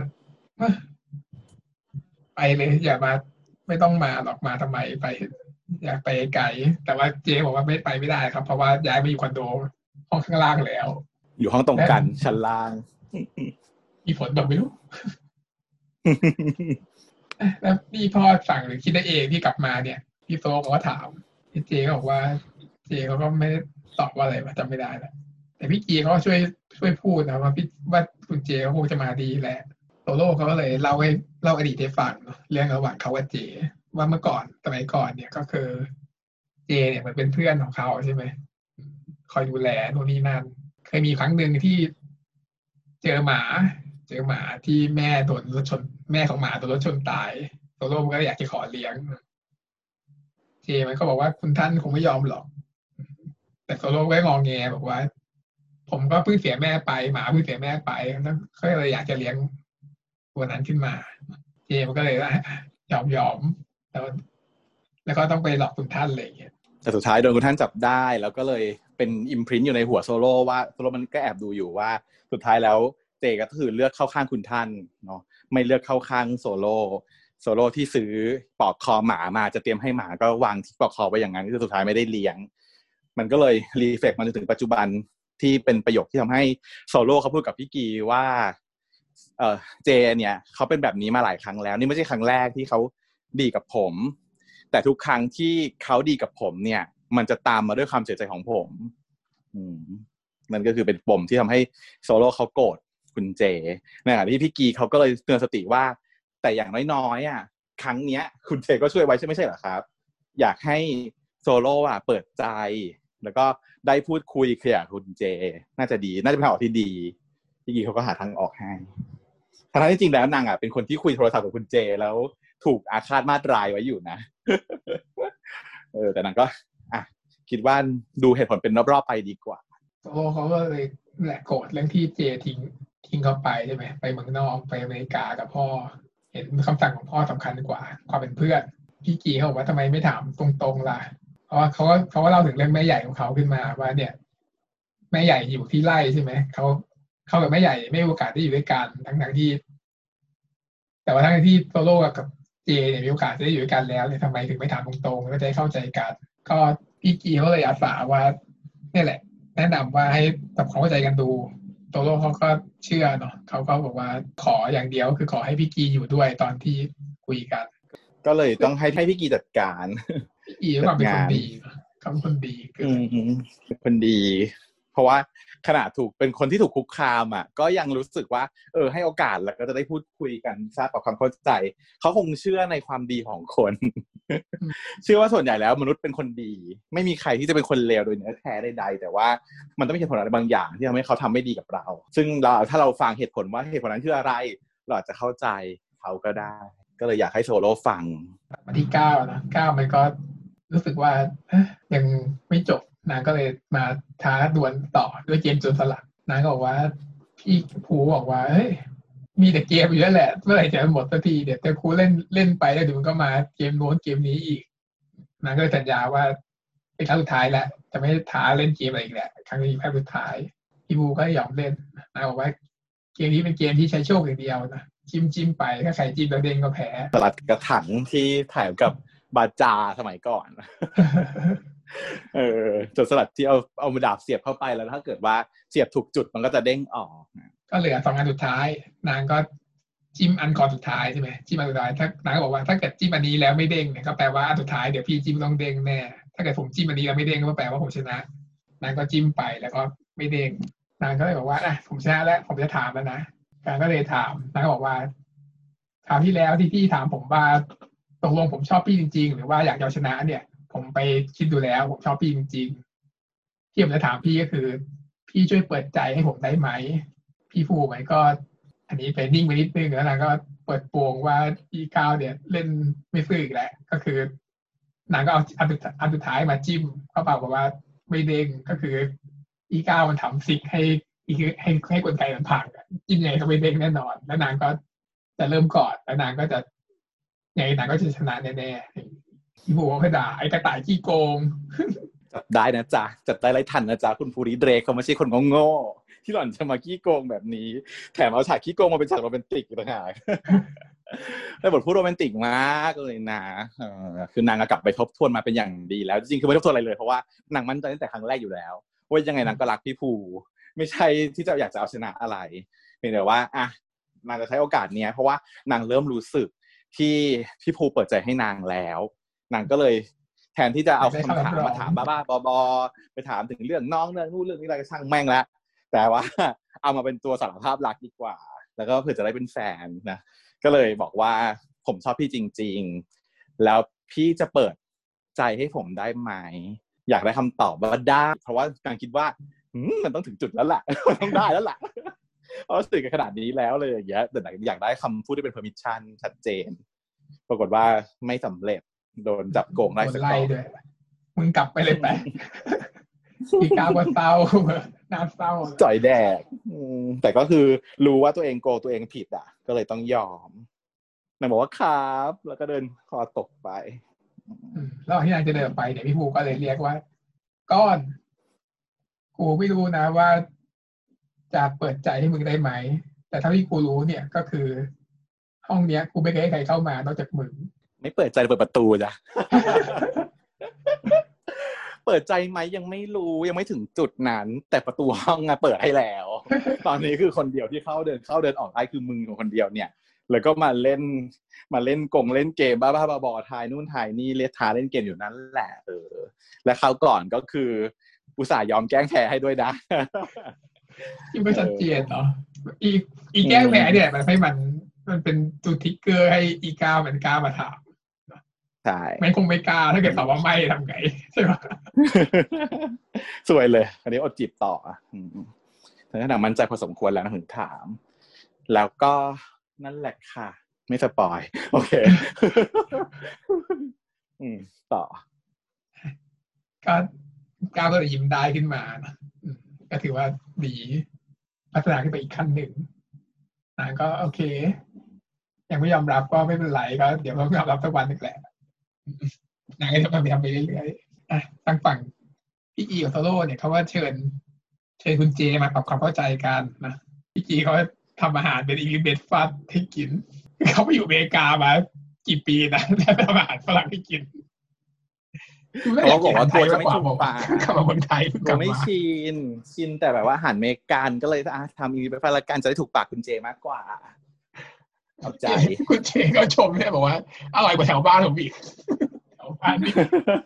ไปเลยอย่ามาไม่ต้องมาหรอกมาทำไมไปอยากไปไกลแต่ว่าเจบอกว่าไม่ไปไม่ได้ครับเพราะว่าย้ายมาอยู่คอนโดห้องข้างล่างแล้วอยู่ห้องตรงกันชั้นล่างมีผลแบบไม่รู้แล้วพี่พ่อสั่งหรือคิดได้เองที่กลับมาเนี่ยพี่โซเขาก็ถามพี่เจก็บอกว่าเจเขาก็ไม่ตอบว่าอะไรจำไม่ได้แล้วแต่พี่กีเขาช่วยช่วยพูดนะว่าพี่ว่าคุณเจเขาคงจะมาดีแหละโตโร่เขาก็เลยเล่าให้เล่าอดีตให้ฟังเรื่องระหว่างเขากับเจว่าเมื่อก่อนสมัยก่อนเนี่ยก็คือเจเนี่ยมันเป็นเพื่อนของเขาใช่ไหมคอยดูแลโน่นนี่นั่นเคยมีครั้งหนึ่งที่เจอหมาเจอหมาที่แม่โดนรถชนแม่ของหมาโดนรถชนตายโตโร่มันก็อยากจะขอเลี้ยงเจมันก็บอกว่าคุณท่านคงไม่ยอมหรอกแต่โตโร่ก็งอแงบอกว่าผมก็เพิ่งเสียแม่ไปหมาเพิ่งเสียแม่ไปแล้วก็เลยอยากจะเลี้ยงตัวนั้นขึ้นมาเจมันก็เลยยอมยอมแล้วแล้วก็ต้องไปหลอกคุณท่านอะไรอย่างเงี้ยแต่สุดท้ายโดนคุณท่านจับได้แล้วก็เลยเป็นอิมพรินต์อยู่ในหัวโซโล่ว่าโซโล่มันก็แอบดูอยู่ว่าสุดท้ายแล้วเจก็คือเลือกเข้าข้างคุณท่านเนาะไม่เลือกเข้าข้างโซโล่โซโล่ที่ซื้อปลอกคอหมามาจะเตรียมให้หมาก็วางที่ปลอกคอไว้อย่างนั้นคือสุดท้ายไม่ได้เลี้ยงมันก็เลยรีเฟล็กมาจนถึงปัจจุบันที่เป็นประโยคที่ทำให้โซโล่เขาพูดกับพี่กีว่าเออเจเนี่ยเขาเป็นแบบนี้มาหลายครั้งแล้วนี่ไม่ใช่ครั้งแรกที่เขาดีกับผมแต่ทุกครั้งที่เขาดีกับผมเนี่ยมันจะตามมาด้วยความเสียใจของผมอืมนั่นก็คือเป็นปมที่ทำให้โซโล่เขาโกรธคุณเจในขณะที่พี่กีเขาก็เลยเตือนสติว่าแต่อย่างน้อยๆอ่ะครั้งเนี้ยคุณเจก็ช่วยไว้ใช่ไม่ใช่เหรอครับอยากให้โซโล่อ่ะเปิดใจแล้วก็ได้พูดคุยเคลียร์คุณเจน่าจะดีน่าจะเป็นทางออกที่ดีพี่กีเขาก็หาทางออกให้ทั้งที่จริงแล้วนางอ่ะเป็นคนที่คุยโทรศัพท์กับคุณเจแล้วถูกอาฆาตมาตรายไว้อยู่นะเออแต่นางก็อ่ะคิดว่าดูเหตุผลเป็นรอบๆไปดีกว่าโอ้เขาก็เลยแหละโกรธเรื่องที่เจทิ้งทิ้งเขาไปใช่ไหมไปเมืองนอกไปอเมริกากับพ่อเห็นคำสั่งของพ่อสำคัญกว่าความเป็นเพื่อนพี่กีเขาบอกว่าทำไมไม่ถามตรงๆล่ะเพราะว่าเขาก็เขาก็เล่าถึงเรื่องแม่ใหญ่ของเขาขึ้นมาว่าเนี่ยแม่ใหญ่อยู่ที่ไร่ใช่ไหมเขาเขากับแม่ใหญ่ไม่มีโอกาสได้อยู่ด้วยกันทั้งทั้งที่แต่ว่าทั้งที่โซโล่กับเจเนี่ยมีโอกาสได้อยู่ด้วยกันแล้วเนี่ยทำไมถึงไม่ถามตรงๆแล้วจะเข้าใจกันก็พี่กีเขาเลยอาสาว่านี่แหละแนะนำว่าให้ทำความเข้าใจกันดูโตโร่เขาก็เชื่อเนาะเขาก็บอกว่าขออย่างเดียวคือขอให้พี่กีอยู่ด้วยตอนที่คุยกันก็เลยต้องให้ให้พี่กีจัดการพี่กีก็เป็นคนดีเขาเป็นคนดีคือคนดีเพราะว่าขณะถูกเป็นคนที่ถูกคุกคามอ่ะก็ยังรู้สึกว่าเออให้โอกาสแล้วก็จะได้พูดคุยกันสร้างความเข้าใจเขาคงเชื่อในความดีของคน เชื่อว่าส่วนใหญ่แล้วมนุษย์เป็นคนดีไม่มีใครที่จะเป็นคนเลวโดยเนื้อแท้ใดๆแต่ว่ามันต้องมีเหตุผลอะไรบางอย่างที่ทำให้เขาทำไม่ดีกับเราซึ่งเราถ้าเราฟังเหตุผลว่าเหตุผลนั้นคืออะไรเราอาจจะเข้าใจเขาก็ได้ก็เลยอยากให้โซโล่ฟังวันที่เก้านะเก้ามันก็รู้สึกว่ายังไม่จบนางก็เลยมาท้าดวลต่อด้วยเกมโจรสลัดนางก็บอกว่าพี่ภูบอกว่าเฮ้ยมีแต่เกมอยู่แล้วแหละเมื่อไหร่จะหมดสักทีเดี๋ยวแต่ครูเล่นเล่นไปแล้วเดี๋ยวมันก็มาเกมโน้นเกมนี้อีกนางก็เลยสัญญาว่าเป็นครั้งสุดท้ายแล้วจะไม่ท้าเล่นเกมอะไรอีกแหละครั้งนี้ครั้งสุดท้ายพี่ภูก็ยอมเล่นนางบอกว่าเกมนี้เป็นเกมที่ใช้โชคอย่างเดียวนะจิ้มจิ้มไปถ้าใครจิ้มแล้วเด้งก็แพ้สลัดกระถังที่ถ่ายกับบาจาสมัยก่อน เออจนสลัดที่เอาเอามือดาบเสียบเข้าไปแล้วถ้าเกิดว่าเสียบถูกจุดมันก็จะเด้งออกก็เหลือสองอันสุดท้ายนางก็จิ้มอันก่อนสุดท้ายใช่ไหมจิ้มอันสุดท้ายถ้านางก็บอกว่าถ้าเกิดจิ้มอันนี้แล้วไม่เด้งเนี่ยก็แปลว่าอันสุดท้ายเดี๋ยวพี่จิ้มต้องเด้งแน่ถ้าเกิดผมจิ้มอันนี้แล้วไม่เด้งก็แปลว่าผมชนะนางก็จิ้มไปแล้วก็ไม่เด้งนางก็เลยบอกว่าอ่ะผมชนะแล้วผมจะถามแล้วนะนางก็เลยถามนางก็บอกว่าคราวที่แล้วที่พี่ถามผมว่าตกลงผมชอบพี่จริงๆหรือว่าอยากจะชนะเนี่ยผมไปคิดดูแล้วผมชอบพี่จริงๆที่ผมจะถามพี่ก็คือพี่ช่วยเปิดใจให้ผมได้ไหมพี่ภูมิก็อันนี้ไปนิ่งไปนิดนึงแล้วนางก็เปิดโปงว่าอีก้าวเนี่ยเล่นไม่ซื่ออีกแล้วก็คือนางก็เอาอันสุดท้ายมาจิ้มเขาบอกว่าไม่เด้งก็คืออีก้าวมันทำซิกให้ให้ให้กลไกมันพังจิ้มยังไงก็ไม่เด้งแน่นอนแล้วนางก็จะเริ่มก่อนแล้วนางก็จะไงนางก็จะชนะแน่ๆที่หัวก็ด่าไอ้กระต่ายขี้โกงจับได้นะจ๊ะจับได้ไรทันนะจ๊ะคุณภูริเดรกเขาไม่ใช่คนโง่ๆที่หล่อนจะมาขี้โกงแบบนี้แถมเอาฉากขี้โกงมาเป็นฉากโรแมนติกอีกต่างหากแต่บทพูดโรแมนติกมากเลยนะคือนางกลับไปทบทวนมาเป็นอย่างดีแล้วจริงๆคือไม่ทบทวนอะไรเลยเพราะว่านางมั่นใจตั้งแต่ครั้งแรกอยู่แล้วว่ายังไงนางก็รักพี่ภูไม่ใช่ที่จะอยากจะเอาชนะอะไรเพียงแต่ว่าอ่ะนางจะใช้โอกาสนี้เพราะว่านางเริ่มรู้สึกที่พี่ภูเปิดใจให้นางแล้วนางก็เลยแทนที่จะเอาคำถามมาถามบ้าๆบอๆไปถามถึงเรื่องน้องเรื่องนู่นเรื่องนี้อะไรก็ช่างแม่งแล้วแต่ว่าเอามาเป็นตัวสารภาพรักดีกว่าแล้วก็เพื่อจะได้เป็นแฟนนะก็เลยบอกว่าผมชอบพี่จริงๆแล้วพี่จะเปิดใจให้ผมได้ไหมอยากได้คำตอบว่าได้เพราะว่านางคิดว่ามันต้องถึงจุดแล้วล่ะมันต้องได้แล้วล่ะเพราะสื่อกันขนาดนี้แล้วเลยอย่างเงี้ยแต่อยากได้คำพูดที่เป็น permission ชัดเจนปรากฏว่าไม่สำเร็จโดนจับโกงไล่สกอร์ด้วยมึงกลับไปเลยไปอีกาก็เศร้าน่าเศร้าจ่อยแดกแต่ก็คือรู้ว่าตัวเองโกงตัวเองผิดอ่ะก็เลยต้องยอมนางบอกว่าครับแล้วก็เดินคอตกไปแล้วที่นางจะเดินไปเนี่ยพี่ภูก็เลยเรียกว่าก้อนกูไม่รู้นะว่าจะเปิดใจให้มึงได้ไหมแต่ถ้าที่กูรู้เนี่ยก็คือห้องเนี้ยกูไม่เคยให้ใครเข้ามานอกจากมึงไม่เปิดใจเปิดประตูจ้ะ เปิดใจไหมยังไม่รู้ยังไม่ถึงจุดนั้นแต่ประตูห้องอะเปิดให้แล้ว ตอนนี้คือคนเดียวที่เข้าเดินเข้าเดินออกได้คือมึงคนเดียวเนี่ยแล้วก็มาเล่นมาเล่นกงเล่นเกมบ้าๆบอๆทายนู่นทายนี่เล่นทาเล่นเกมอยู่นั่นแหละเออและคราวก่อนก็คืออุตส่าห์ยอมแกล้งแพ้ให้ด้วยนะที่ไม่ชัดเจนเนาะอีอีแกล้งแพ้เนี่ยมันให้มันมันเป็นจุดทิกเกอร์ให้อีก้ามันกล้ามาถามใช่ไม่คงไม่กล้าถ้าเกิดตอบว่าไม่ทำไงใช่ไหมสวยเลยอันนี้อดจีบต่ออืมถึงขนาดมั่นใจพอสมควรแล้วนะถึงถามแล้วก็นั่นแหละค่ะไม่สปอยโอเคอืมต่อก็ก้าวก็เลยยิ้มได้ขึ้นมานะก็ถือว่าดีพัฒนาขึ้นไปอีกขั้นหนึ่งนางก็โอเคยังไม่ยอมรับก็ไม่เป็นไรก็เดี๋ยวเรายอมรับสักวันนึงแหละนางก็จะไปทำไปเรื่อยๆอ่ะทางฝั่งพี่อีกับโซโล่เนี่ยเขาว่าเชิญเชิญคุณเจมาปรับความเข้าใจกันนะพี่จีเขาทำอาหารเป็นอิงลิชเบรคฟาสต์ให้กินเขาไปอยู่อเมริกามากี่ปีนะแล้วทำอาหารฝรั่งให้กินเขาบอกว่าตัวจะไม่ถูกปากกลับมาเมืองไทยก็ไม่ชินชินแต่แบบว่าอาหารอเมริกันก็เลยทำอิงลิชเบรคฟาสต์ละกันจะได้ถูกปากคุณเจมากกว่าเข้าใจคุณเจก็ชมเนี่ยบอกว่าอร่อยกว่าแถวบ้านผมอีกแถวบ้านนี่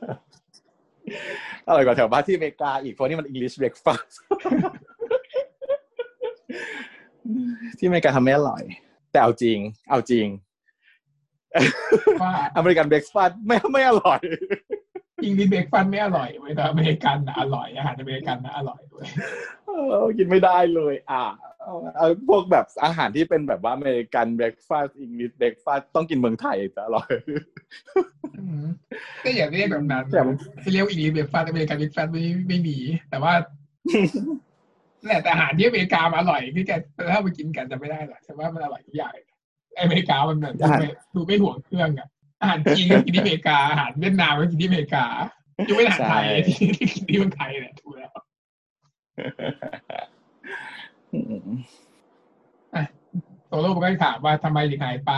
อร่อยกว่าแถวบ้านที่อเมริกาอีกเพราะนี่มัน English breakfast ที่อเมริกาทำไม่อร่อยแต่เอาจริงเอาจริงว่าอเมริกันเบรคฟาสต์ไม่ไม่อร่อยอิงลิชเบรคฟาสต์ไม่อร่อยเว้ยแต่อเมริกันน่ะอร่อยอาหารอเมริกันน่ะอร่อยด้วยเออกินไม่ได้เลยอ่ะเอาพวกแบบอาหารที่เป็นแบบว่าอเมริกันเบรคฟาสต์อิงลิชเบรคฟาสต์ต้องกินเมืองไทยจะอร่อยก็อย่าเรียกแบบนั้นให้เรียกอิงลิชเบรคฟาสต์อเมริกันเบรคฟาสต์ไม่ไม่มีแต่ว่าแหละแต่อาหารที่อเมริกามันอร่อยที่แกถ้าไปกินกันจะไม่ได้หรอกแต่ว่ามันอร่อยทุกอย่างอเมริกามันแบบดูไม่ห่วงเครื่องอ่ะอาหารจีนก็กินที่อเมริกาอาหารเวียดนามก็กินที่อเมริกายังไม่อาหารไทยที่กินที่เมืองไทยเนี่ยถูกแล้วอ่ะโซโล่ก็ถามว่าทำไมถึงหายไป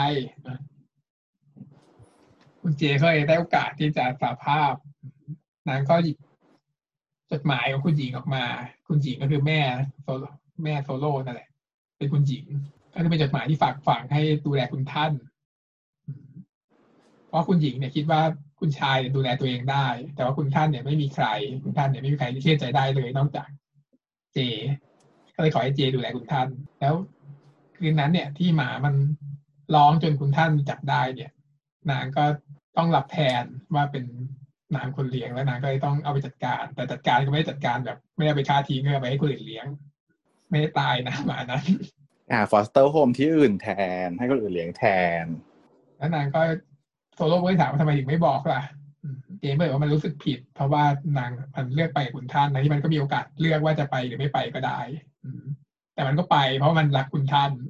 คุณเจเคยได้โอกาสที่จะสารภาพนางก็หยิบจดหมายของคุณหญิงออกมาคุณหญิงก็คือแม่โซโล่แม่โซโล่นั่นแหละเป็นคุณหญิงก็คือเป็นจดหมายที่ฝากฝังให้ดูแลคุณท่านเพราะคุณหญิงเนี่ยคิดว่าคุณชายดูแลตัวเองได้แต่ว่าคุณท่านเนี่ยไม่มีใครคุณท่านเนี่ยไม่มีใครที่เชื่อใจได้เลยนอกจากเจก็เลยขอให้เจดูแลคุณท่านแล้วคืนนั้นเนี่ยที่หมามันร้องจนคุณท่านจับได้เนี่ยนางก็ต้องรับแทนว่าเป็นนางคนเลี้ยงแล้วนางก็เลยต้องเอาไปจัดการแต่จัดการก็ไม่ได้จัดการแบบไม่ได้ไปฆ่าทิ้งก็เอาไปให้คนอื่นเลี้ยงไม่ได้ตายนะหมานั้นอ่าฟอสเตอร์โฮมที่อื่นแทนให้คนอื่นเลี้ยงแทนแล้วนางก็โซโล่ก็ถามว่าทำไมถึงไม่บอกล่ะเจมส์บอกว่ามันรู้สึกผิดเพราะว่านางมันเลือกไปกับคุณท่านนะที่มันก็มีโอกาสเลือกว่าจะไปหรือไม่ไปก็ได้แต่แต่มันก็ไปเพราะมันรักคุณท่าน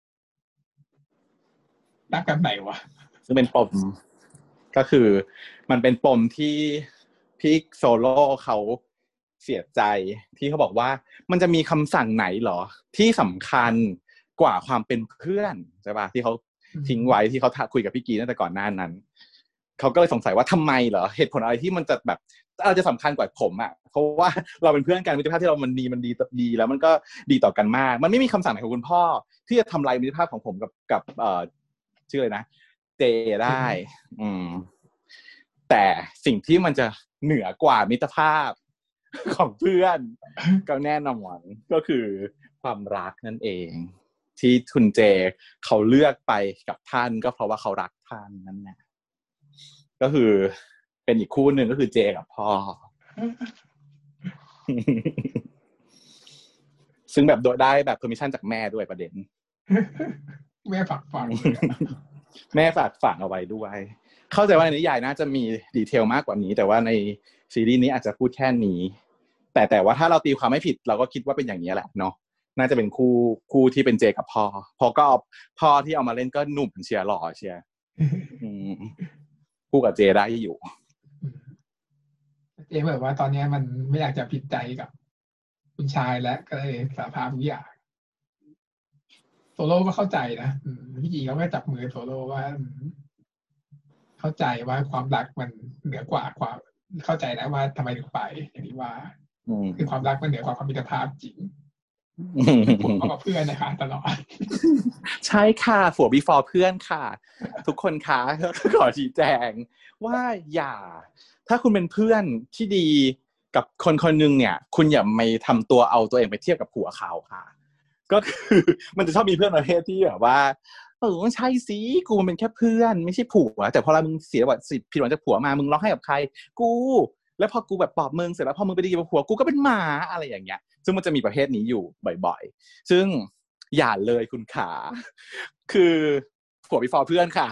รักแบบไหนวะซึ่งเป็นปมก็คือมันเป็นปมที่พี่โซโล่เขาเสียใจที่เขาบอกว่ามันจะมีคำสั่งไหนหรอที่สำคัญกว่าความเป็นเพื่อนใช่ป่ะที่เขาทิ้งไว้ที่เขาคุยกับพี่กีตั้งแต่ก่อนหน้านั้นเขาก็เลยสงสัยว่าทำไมเหรอเหตุผลอะไรที่มันจะแบบเราจะสำคัญกว่าผมอ่ะเพราะว่าเราเป็นเพื่อนกันมิตรภาพที่เรามันดีมันดีดีแล้วมันก็ดีต่อกันมากมันไม่มีคำสั่งไหนของคุณพ่อที่จะทำลายมิตรภาพของผมกับกับเอ่อชื่ออะไรนะเจได้อืมแต่สิ่งที่มันจะเหนือกว่ามิตรภาพของเพื่อนก็แน่นอนก็คือความรักนั่นเองที่คุณเจเขาเลือกไปกับท่านก็เพราะว่าเขารักท่านนั่นแหละก็คือเป็นอีกคู่หนึ่งก็คือเจกับพ่อซึ่งแบบได้แบบ permission จากแม่ด้วยประเด็นแม่ฝากฝังแม่ฝากฝังเอาไว้ด้วยเข้าใจว่าในนิยายน่าจะมีดีเทลมากกว่านี้แต่ว่าในซีรีส์นี้อาจจะพูดแค่นี้แต่แต่ว่าถ้าเราตีความไม่ผิดเราก็คิดว่าเป็นอย่างนี้แหละเนาะน่าจะเป็นคู่คู่ที่เป็นเจกับพ่อพอก็พ่อที่เอามาเล่นก็หนุ่มเชียร์หล่อเชียร์คู่กับเจได้อยู่เจแบบว่าตอนนี้มันไม่อยากจะผิดใจกับคุณชายแล้วก็เลยสารภาพทุกอย่างโซโล่ก็เข้าใจนะพี่จีเขาก็จับมือโซโล่ว่าเข้าใจว่าความรักมันเหนือกว่าความเข้าใจแล้วว่าทำไมถึงไปอย่างที่ว่าคือความรักมันเหนือกว่าความมิตรภาพจริงผมก็กับเพื่อนนะคะตลอดใช่ค่ะผัว before เพื่อนค่ะทุกคนคะขอชี้แจงว่าอย่าถ้าคุณเป็นเพื่อนที่ดีกับคนคนนึงเนี่ยคุณอย่าไม่ทำตัวเอาตัวเองไปเทียบกับผัวเขาค่ะก็คือมันจะชอบมีเพื่อนประเภทที่แบบว่าเออใช่สิกูมันเป็นแค่เพื่อนไม่ใช่ผัวแต่พอเรามึงเสียว่าสิผิดหวังจากผัวมามึงร้องไห้กับใครกูแล้วพอกูแบบปลอบมึงเสร็จแล้วพอมึงไปดีกับผัวกูก็เป็นหมาอะไรอย่างเงี้ยซึ่งมันจะมีประเภทนี้อยู่บ่อยๆซึ่งอย่าเลยคุณขาคือผัว before เพื่อนค่ะ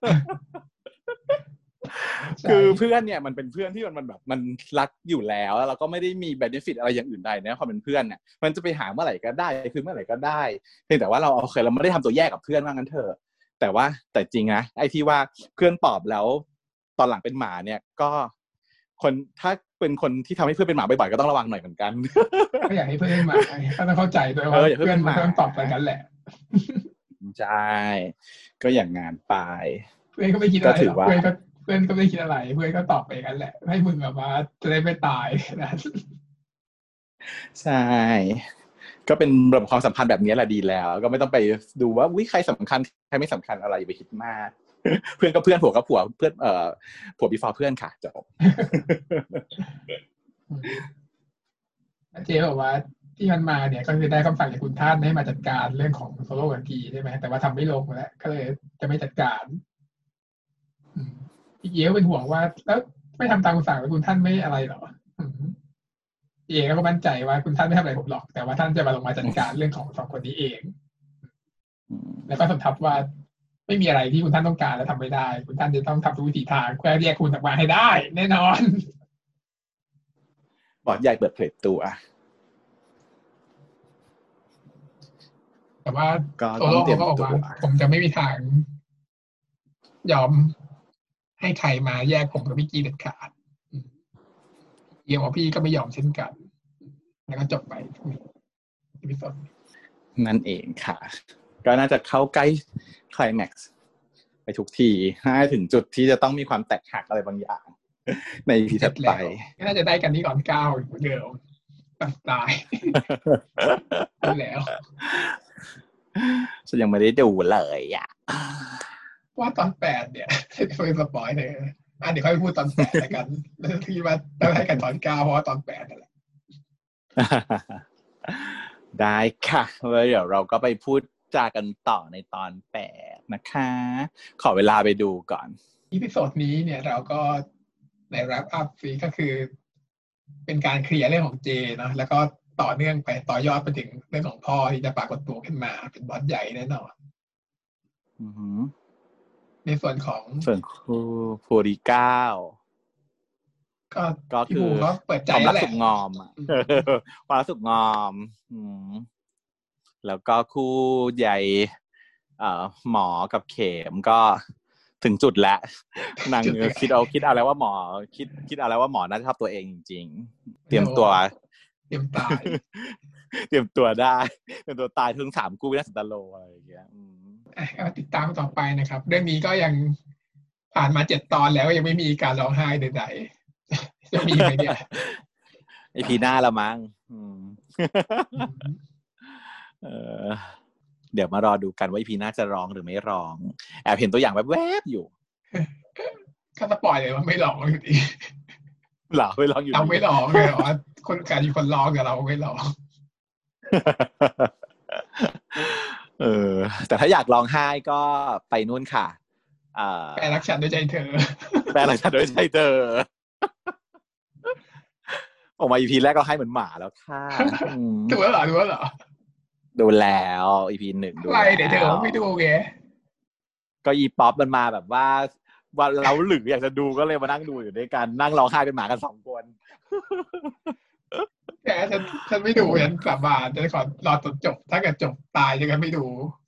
คือเพื่อนเนี่ยมันเป็นเพื่อนที่มันมันแบบมันรักอยู่แล้วแล้วเราก็ไม่ได้มีเบเนฟิตอะไรอย่างอื่นใดนะความเป็นเพื่อนเนี่ยมันจะไปหาเมื่อไหร่ก็ได้คือเมื่อไหร่ก็ได้เพียงแต่ว่าเราโอเคเราไม่ได้ทำตัวแยกกับเพื่อนว่างั้นเถอะแต่ว่าแต่จริงนะไอ้ที่ว่าเพื่อนปอบแล้วตอนหลังเป็นหมาเนี่ยก็คนถ้าเป็นคนที่ทำให้เพื่อนเป็นหมาบ่อยๆก็ต้องระวังหน่อยเหมือนกันก็อยากให้เพื่อนเป็นหมาก็ต้องเข้าใจด้วยว่าเพื่อนมันต้องตอบไปกันแหละใช่ก็อย่างงานไปเพื่อนก็ไม่คิดอะไรหรอกเพื่อนก็เพื่อนก็ไม่คิดอะไรเพื่อนก็ตอบไปกันแหละให้มึงแบบว่าจะได้ไม่ตายนะใช่ก็เป็นระบบความสัมพันธ์แบบนี้แหละดีแล้วก็ไม่ต้องไปดูว่าวิใครสำคัญใครไม่สำคัญอะไรไปคิดมากเพื่อนก็เพื่อนผัวก็ผัวเพื่อนเอ่อผัว before เพื่อนค่ะจบเจ๊บอกว่าที่มันมาเนี่ยก็คือได้คำสั่งจากคุณท่านให้มาจัดการเรื่องของโซโล่กับกีใช่ไหมแต่ว่าทำไม่ลงแล้วก็เลยจะไม่จัดการพี่เอ๋เป็นห่วงว่าแล้วไม่ทำตามคำสั่งแล้วคุณท่านไม่อะไรหรอพี่เอ๋ก็มั่นใจว่าคุณท่านไม่ทำอะไรผมหรอกแต่ว่าท่านจะมาลงมาจัดการเรื่องของสองคนนี้เองแล้วก็สำทับว่าไม่มีอะไรที่คุณท่านต้องการและทำไม่ได้คุณท่านจะต้องทำทุกวิถีทางเพื่อเรียกคุณออกมาให้ได้แน่นอนบอสใหญ่เปิดเผยตัวแต่ว่าโซโล่เขาก็บอกว่าผมจะไม่มีทางยอมให้ใครมาแยกผมกับพี่กีเด็ดขาดเยี่ยมว่าพี่ก็ไม่ยอมเช่นกันแล้วก็จบไปอีพิโซดนั่นเองค่ะก็น่าจะเข้าใกล้ไคลแม็กซ์ไปทุกทีให้ถึงจุดที่จะต้องมีความแตกหักอะไรบางอย่างในอีพีถัดไปก็น่าจะได้กันที่ก่อนเก้าเหมือนเดิมตัดตายแล้วฉันยังไม่ได้ดูเลยอ่ะว่าตอนแปดเนี่ยจะไปสปอยเลยอ่ะเดี๋ยวค่อยพูดตอนแปดแล้วกันที่ว่าต้องให้กันตอนเก้าเพราะว่าตอนแปดนั่นแหละได้ค่ะแล้วเดี๋ยวเราก็ไปพูดจากันต่อในตอนแปดนะคะขอเวลาไปดูก่อนอีพิโซดนี้เนี่ยเราก็ใน wrap up ฟีก็คือเป็นการเคลียร์เรื่องของเจเนาะแล้วก็ต่อเนื่องไปต่อยอดไปถึงเรื่องของพ่อที่จะปรากฏตัวขึ้นมาเป็นบอสใหญ่แน่นอนในส่วนของส่วนครูภูริเก้าก็ก็คือก็เปิดใจความรักสุกงอมอ่ะความรักสุกงอมแล้วก็คู่ใยเอ่อหมอกับเข็มก็ถึงจุดแล้วนางคิดเอาคิดเอาแล้วว่าหมอคิดคิดเอาแล้วว่าหมอน่าจะชอบตัวเองจริงๆเตรียมตัวเตรียมตายเตรียมตัวได้เตรียมตัวตายถึงสามกู้วินาศตโลอะไรอย่างเงี้ยก็ติดตามต่อไปนะครับเรื่องนี้ก็ยังผ่านมาเจ็ดตอนแล้วยังไม่มีการร้องไห้ใดๆจะมีไหมเนี่ยไอพีหน้าละมั้งเออเดี๋ยวมารอดูกันว่าอีพีหน้าจะร้องหรือไม่ร้องแอบเห็นตัวอย่างแวบๆอยู่ก็สปอยเลยว่าไม่ร้องอยู่ดีหรอไม่ร้องอยู่ดีเราไม่ร้องเลยว่าคนการที่คนร้องกับเราไม่ร้องเออแต่ถ้าอยากร้องไห้ก็ไปนู่นค่ะแปลรักฉันด้วยใจเธอแปลรักฉันด้วยใจเธอออกมาอีพีแรกก็ให้เหมือนหมาแล้วค่ะดูแล้วเหรอดูแล้วเหรอดูแล้วอีพีหนึ่งดูอะไรเดี๋ยวเธอไม่ดูไงก็อีป๊อปมันมาแบบว่าว่าเราหรืออยากจะดูก็เลยมานั่งดูอยู่ด้วยกันนั่งร้องไห้เป็นหมากันสองคนแกฉันฉันไม่ดูฉันกลับบ้านจะขอรอจนจบถ้าเกิดจบตายจะกันไม่ดู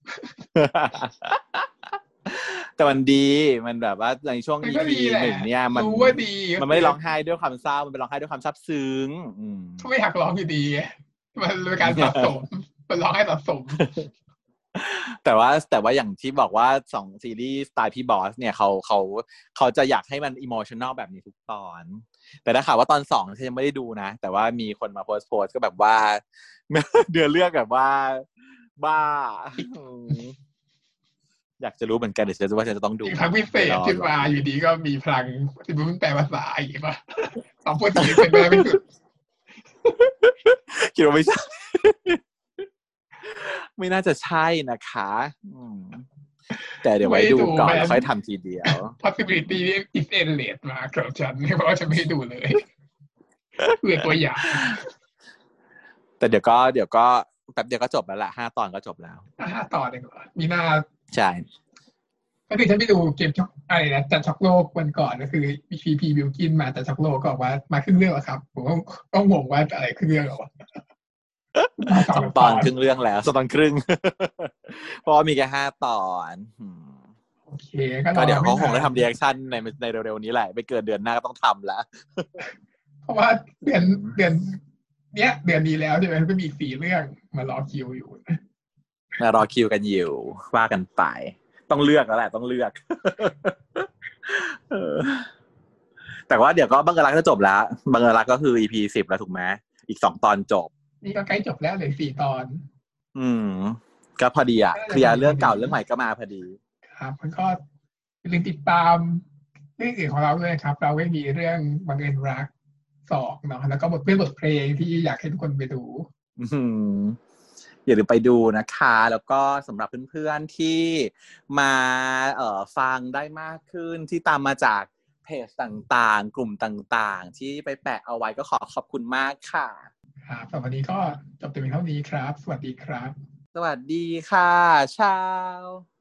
แต่มันดีมันแบบว่าในช่วง อี พี หนึ่งเนี่ยมันมันไม่ได้ร้องไห้ด้วยความเศร้ามันเป็นร้องไห้ด้วยความซาบซึ้งเขาไม่หักร้องอยู่ดีมันเป็นการสะสมเป็นร้องให้สะสมแต่ว่าแต่ว่าอย่างที่บอกว่าสองซีรีส์สไตล์พี่บอสเนี่ยเขาเขาเขาจะอยากให้มันอิโมชันแนลแบบนี้ทุกตอนแต่ถ้าข่าวว่าตอนสองฉันยังไม่ได้ดูนะแต่ว่ามีคนมาโพสต์โพสต์ก็แบบว่าเดือดเรื่องแบบว่าบ้าอยากจะรู้เหมือนกันเดี๋ยวจะว่าจะต้องดูพลังพิเศษขึ้นมาอยู่ดีก็มีพลังที่มันแปลภาษาอีกป่ะสองคนที่เป็นแปลไม่ถูกคิดว่าไม่ใช่ไม่น่าจะใช่นะคะแต่เดี๋ยวไว้ดูก่อนแล้วค่อยทำทีเดียว possibility นี่ is endless มาครับฉันเพราะว่าฉันไม่ดูเลยเพื่อตัวอย่างแต่เดี๋ยวก็เดี๋ยวก็แป๊บเดียวก็จบแล้วล่ะห้าตอนก็จบแล้วห้าตอนเองเหรอมีหน้าใช่ก็คือฉันไปดูเกมช็อกอะไรนะจัดช็อกโลกวันก่อนก็คือมีพีพีบิวกินมาจัดช็อกโลกก็บอกว่ามาครึ่งเรื่องแล้วครับผมก็ก็งงว่าอะไรครึ่งเรื่องหรอสองตอนครึ่งเรื่องแล้วสองตอนครึ่งเพราะมีแค่ห้าตอนโอเคก็เดี๋ยวเขาคงได้ทำรีแอคชั่นในในเร็วๆนี้แหละไม่เกินเดือนหน้าก็ต้องทำแล้วเพราะว่าเดือนเดือนเนี้ยเดือนนี้แล้วใช่ไหมก็มีสี่เรื่องมารอคิวอยู่มารอคิวกันอยู่ว่ากันไปต้องเลือกแล้วแหละต้องเลือกแต่ว่าเดี๋ยวก็บังเอิญรักจะจบแล้วบังเอิญรักก็คือ อี พี สิบแล้วถูกไหมอีกสองตอนจบนี่ก็ใกล้จบแล้วเหลือสี่ตอนอืมก็พอดีอ่ะเคลียร์เรื่องเก่าเรื่องใหม่ก็มาพอดีครับมันก็อย่าลืมติดตามเรื่องอื่นของเราด้วยครับเราไม่มีเรื่องบังเอิญรักสองเนาะแล้วก็บทเพลงบทเพลงที่อยากให้ทุกคนไปดูอย่าลืมไปดูนะคะแล้วก็สำหรับเพื่อนๆที่มาเอ่อฟังได้มากขึ้นที่ตามมาจากเพจต่างๆกลุ่มต่างๆที่ไปแปะเอาไว้ก็ขอขอบคุณมากค่ะครับสำหรับวันนี้ก็จบแต่เพียงเท่านี้ครับสวัสดีครับสวัสดีค่ะชาว